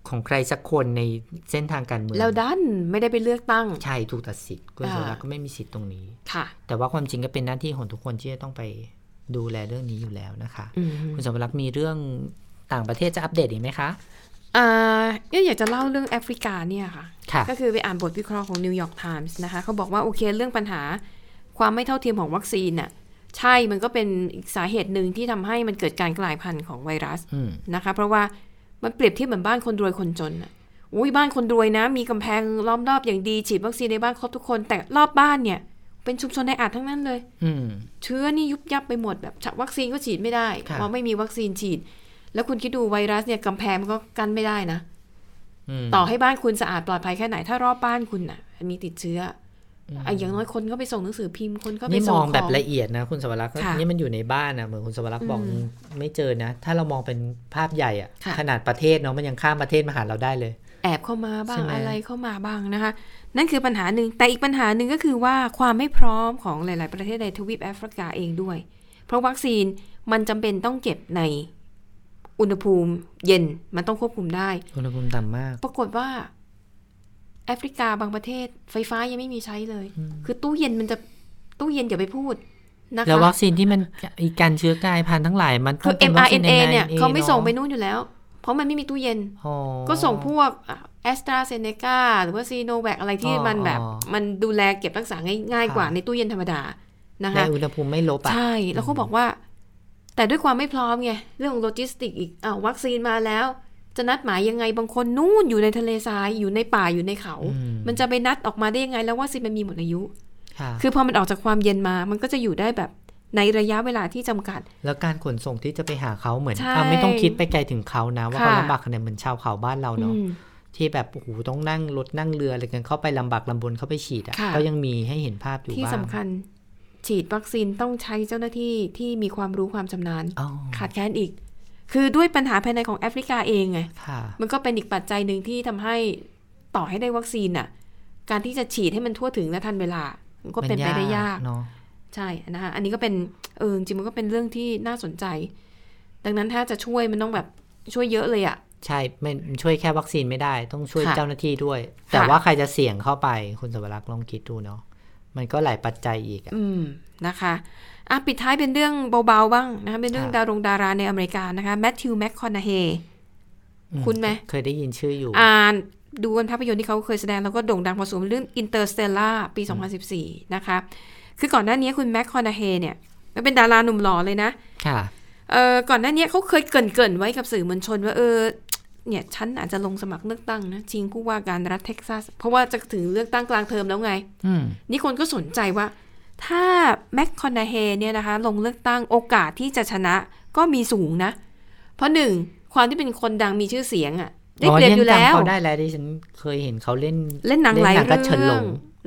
ของใครสักคนในเส้นทางการเมืองแล้วดันไม่ได้ไปเลือกตั้งใช่ถูกตัดสิทธิ์คุณสวรักษ์ก็ไม่มีสิทธิ์ตรงนี้ค่ะแต่ว่าความจริงก็เป็นหน้าที่ของทุกคนที่จะต้องไปดูแลเรื่องนี้อยู่แล้วนะคะคุณสวรักษ์มีเรื่องต่างประเทศจะอัปเดตอีกไหมคะอยากจะเล่าเรื่องแอฟริกาเนี่ยค่ะก็คือไปอ่านบทวิเคราะห์ของ New York Times นะคะเขาบอกว่าโอเคเรื่องปัญหาความไม่เท่าเทียมของวัคซีนน่ะใช่มันก็เป็นอีกสาเหตุหนึ่งที่ทำให้มันเกิดการกลายพันธุ์ของไวรัสนะคะเพราะว่ามันเปรียบเทียบเหมือนบ้านคนรวยคนจนอ่ะอุ้ยบ้านคนรวยนะมีกำแพงล้อมรอบอย่างดีฉีดวัคซีนในบ้านครบทุกคนแต่รอบบ้านเนี่ยเป็นชุมชนแออัดทั้งนั้นเลยเชื้อนี่ยุบยับไปหมดแบบวัคซีนก็ฉีดไม่ได้เพราะไม่มีวัคซีนฉีดแล้วคุณคิดดูไวรัสเนี่ยกำแพงมันก็กั้นไม่ได้นะต่อให้บ้านคุณสะอาดปลอดภัยแค่ไหนถ้ารอบบ้านคุณน่ะมีติดเชื้ออย่างน้อยคนก็ไปส่งหนังสือพิมพ์คนก็ไปส่งนี่มองแบบละเอียดนะคุณสวรักษ์นี่มันอยู่ในบ้านนะเหมือนคุณสวรักษ์บอกไม่เจอนะถ้าเรามองเป็นภาพใหญ่อะขนาดประเทศเนาะมันยังข้ามประเทศมาหาเราได้เลยแอบเข้ามาบ้างอะไรเข้ามาบ้างนะคะนั่นคือปัญหาหนึ่งแต่อีกปัญหาหนึ่งก็คือว่าความไม่พร้อมของหลายๆประเทศในทวีปแอฟริกาเองด้วยเพราะวัคซีนมันจำเป็นต้องเก็บในอุณหภูมิเย็นมันต้องควบคุมได้อุณหภูมิต่ำมากปรากฏว่าแอฟริกาบางประเทศไฟฟ้ายังไม่มีใช้เลยคือตู้เย็นมันจะตู้เย็นอย่าไปพูดนะคะแล้ววัคซีนที่มันการเชื้อกลายพันธุ์ทั้งหลายมันคือ mRNA เนี่ยเขาไม่ส่งไปนู่นอยู่แล้วเพราะมันไม่มีตู้เย็นก็ส่งพวกAstraZeneca หรือว่า Sinovac อะไรที่มันแบบมันดูแลเก็บรักษาง่ายกว่าในตู้เย็นธรรมดานะคะในอุณหภูมิไม่ลบใช่แล้วเขาบอกว่าแต่ด้วยความไม่พร้อมไงเรื่องของโลจิสติกอีกวัคซีนมาแล้วจะนัดหมายยังไงบางคนนู่นอยู่ในทะเลทรายอยู่ในป่าอยู่ในเขามันจะไปนัดออกมาได้ยังไงแล้ววัคซีนมันมีหมดอายุคือพอมันออกจากความเย็นมามันก็จะอยู่ได้แบบในระยะเวลาที่จำกัดแล้วการขนส่งที่จะไปหาเขาเหมือนไม่ต้องคิดไปไกลถึงเขานะว่าเขาลำบากขนาดเหมือนชาวเขาบ้านเราเนาะที่แบบโอ้โหต้องนั่งรถนั่งเรืออะไรกันเข้าไปลำบากลำบนเข้าไปฉีดอ่ะก็ยังมีให้เห็นภาพอยู่บ้างที่สำคัญฉีดวัคซีนต้องใช้เจ้าหน้าที่ที่มีความรู้ความชำนาญขาดแคลนอีกคือด้วยปัญหาภายในของแอฟริกาเองไงมันก็เป็นอีกปัจจัยหนึ่งที่ทำให้ต่อให้ได้วัคซีนอ่ะการที่จะฉีดให้มันทั่วถึงและทันเวลามันก็เป็นไปได้ยากใช่นะคะอันนี้ก็เป็นจริงมันก็เป็นเรื่องที่น่าสนใจดังนั้นถ้าจะช่วยมันต้องแบบช่วยเยอะเลยอ่ะใช่ไม่ช่วยแค่วัคซีนไม่ได้ต้องช่วยเจ้าหน้าที่ด้วยแต่ว่าใครจะเสี่ยงเข้าไปคุณสวรักษ์ลองคิดดูเนาะมันก็หลายปัจจัยอีกนะคะปิดท้ายเป็นเรื่องเบาๆบ้างนะคะเป็นเรื่องดาราในอเมริกานะคะแมทธิวแมคคอนาเฮย์คุณไหมเคยได้ยินชื่ออยู่ดูกันภาพยนตร์ที่เขาเคยแสดงแล้วก็โด่งดังพอสมควรเรื่อง Interstellar ปี 2014นะคะคือก่อนหน้านี้คุณแมคคอนาเฮย์เนี่ยเป็นดาราหนุ่มหล่อเลยนะค่ะก่อนหน้านี้เขาเคยเกริ่นไว้กับสื่อมวลชนว่าเนี่ยฉันอาจจะลงสมัครเลือกตั้งนะชิงผู้ว่าการรัฐเท็กซัสเพราะว่าจะถึงเลือกตั้งกลางเทอมแล้วไงนี่คนก็สนใจว่าถ้าแมคคอนาเฮย์เนี่ยนะคะลงเลือกตั้งโอกาสที่จะชนะก็มีสูงนะเพราะหนึ่งความที่เป็นคนดังมีชื่อเสียงอ่ะได้เปรียบอยู่แล้วเขาได้แล้วดิฉันเคยเห็นเขาเล่นหนังหลายเรื่อง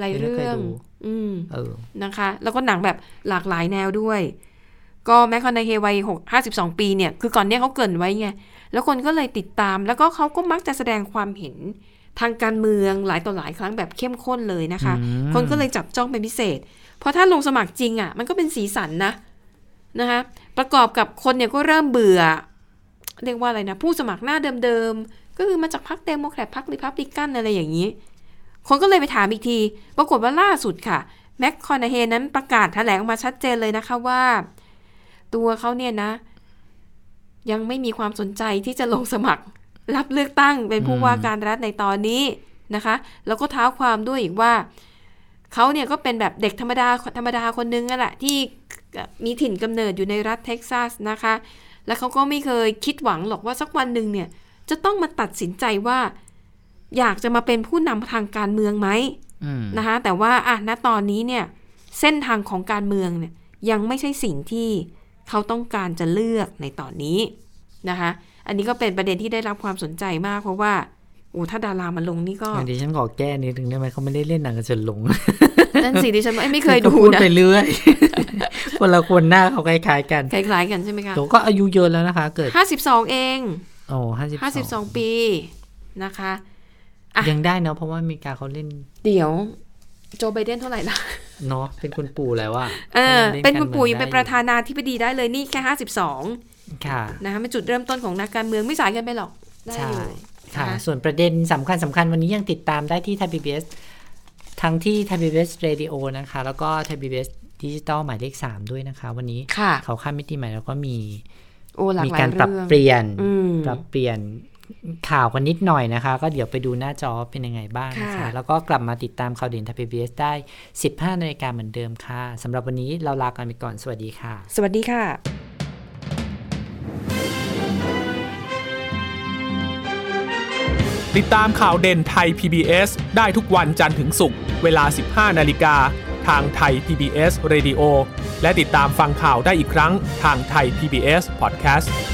นะคะแล้วก็หนังแบบหลากหลายแนวด้วยก็แมคคอนาเฮย์วัย52 ปีเนี่ยคือก่อนเนี้ยเขาเกริ่นไว้ไงแล้วคนก็เลยติดตามแล้วก็เขาก็มักจะแสดงความเห็นทางการเมืองหลายต่อหลายครั้งแบบเข้มข้นเลยนะคะคนก็เลยจับจ้องเป็นพิเศษเพราะถ้าลงสมัครจริงอ่ะมันก็เป็นสีสันนะคะประกอบกับคนเนี่ยก็เริ่มเบื่อเรียกว่าอะไรนะผู้สมัครหน้าเดิมๆก็คือมาจากพรรคเดโมแครตพรรครีพับลิกันอะไรอย่างนี้คนก็เลยไปถามอีกทีปรากฏว่าล่าสุดค่ะแมคคอนาเฮย์นั้นประกาศแถลงมาชัดเจนเลยนะคะว่าตัวเขาเนี่ยนะยังไม่มีความสนใจที่จะลงสมัครรับเลือกตั้งเป็นผู้ว่าการรัฐในตอนนี้นะคะแล้วก็เท้าความด้วยอีกว่าเขาเนี่ยก็เป็นแบบเด็กธรรมดาคนนึงนั่นแหละที่มีถิ่นกำเนิดอยู่ในรัฐเท็กซัสนะคะแล้วเขาก็ไม่เคยคิดหวังหรอกว่าสักวันหนึ่งเนี่ยจะต้องมาตัดสินใจว่าอยากจะมาเป็นผู้นำทางการเมืองไหมนะคะแต่ว่าณตอนนี้เนี่ยเส้นทางของการเมืองเนี่ยยังไม่ใช่สิ่งที่เขาต้องการจะเลือกในตอนนี้นะคะอันนี้ก็เป็นประเด็นที่ได้รับความสนใจมากเพราะว่าถ้าดารามาลงนี่ก็ดิฉันขอแก้นิดนึงได้ไหมเขาไม่ได้เล่นหนังกับเฉินหลงนั่นสิดิฉันไม่เคยดูนะพูดไปเรื่อยคนละคนหน้าเขาคล้ายๆกันคล้ายๆกันใช่ไหมคะก็อายุเยอะแล้วนะคะเกิด 52เอง 52 ปีนะคะยังได้เนาะเพราะว่าอเมริกาเขาเล่นเดี๋ยวโจไบเดนเท่าไหร่ล่ะเนาะเป็นคุณปู่แล้วว่าเป็นคุณปู่ยังเป็นประธานาธิบดีได้เลยนี่แค่52 ค่ะนะคะเป็นจุดเริ่มต้นของนักการเมืองไม่สายกันไปหรอกได้อยู่ค่ะส่วนประเด็นสำคัญวันนี้ยังติดตามได้ที่ Thai PBS ทั้งที่ Thai PBS Radio นะคะแล้วก็ Thai PBS Digital หมายเลข 3ด้วยนะคะวันนี้เขาข้ามมิติใหม่แล้วก็มีการปรับเปลี่ยนข่าวกันนิดหน่อยนะคะก็เดี๋ยวไปดูหน้าจอเป็นยังไงบ้างนะคะแล้วก็กลับมาติดตามข่าวเด่น Thai PBS ได้ 15 นาฬิกาเหมือนเดิมค่ะสำหรับวันนี้เราลากันไปก่อนสวัสดีค่ะสวัสดีค่ะติดตามข่าวเด่นไทย PBS ได้ทุกวันจันทร์ถึงศุกร์เวลา 15 นาฬิกาทางไทย PBS Radio และติดตามฟังข่าวได้อีกครั้งทางไทย PBS Podcast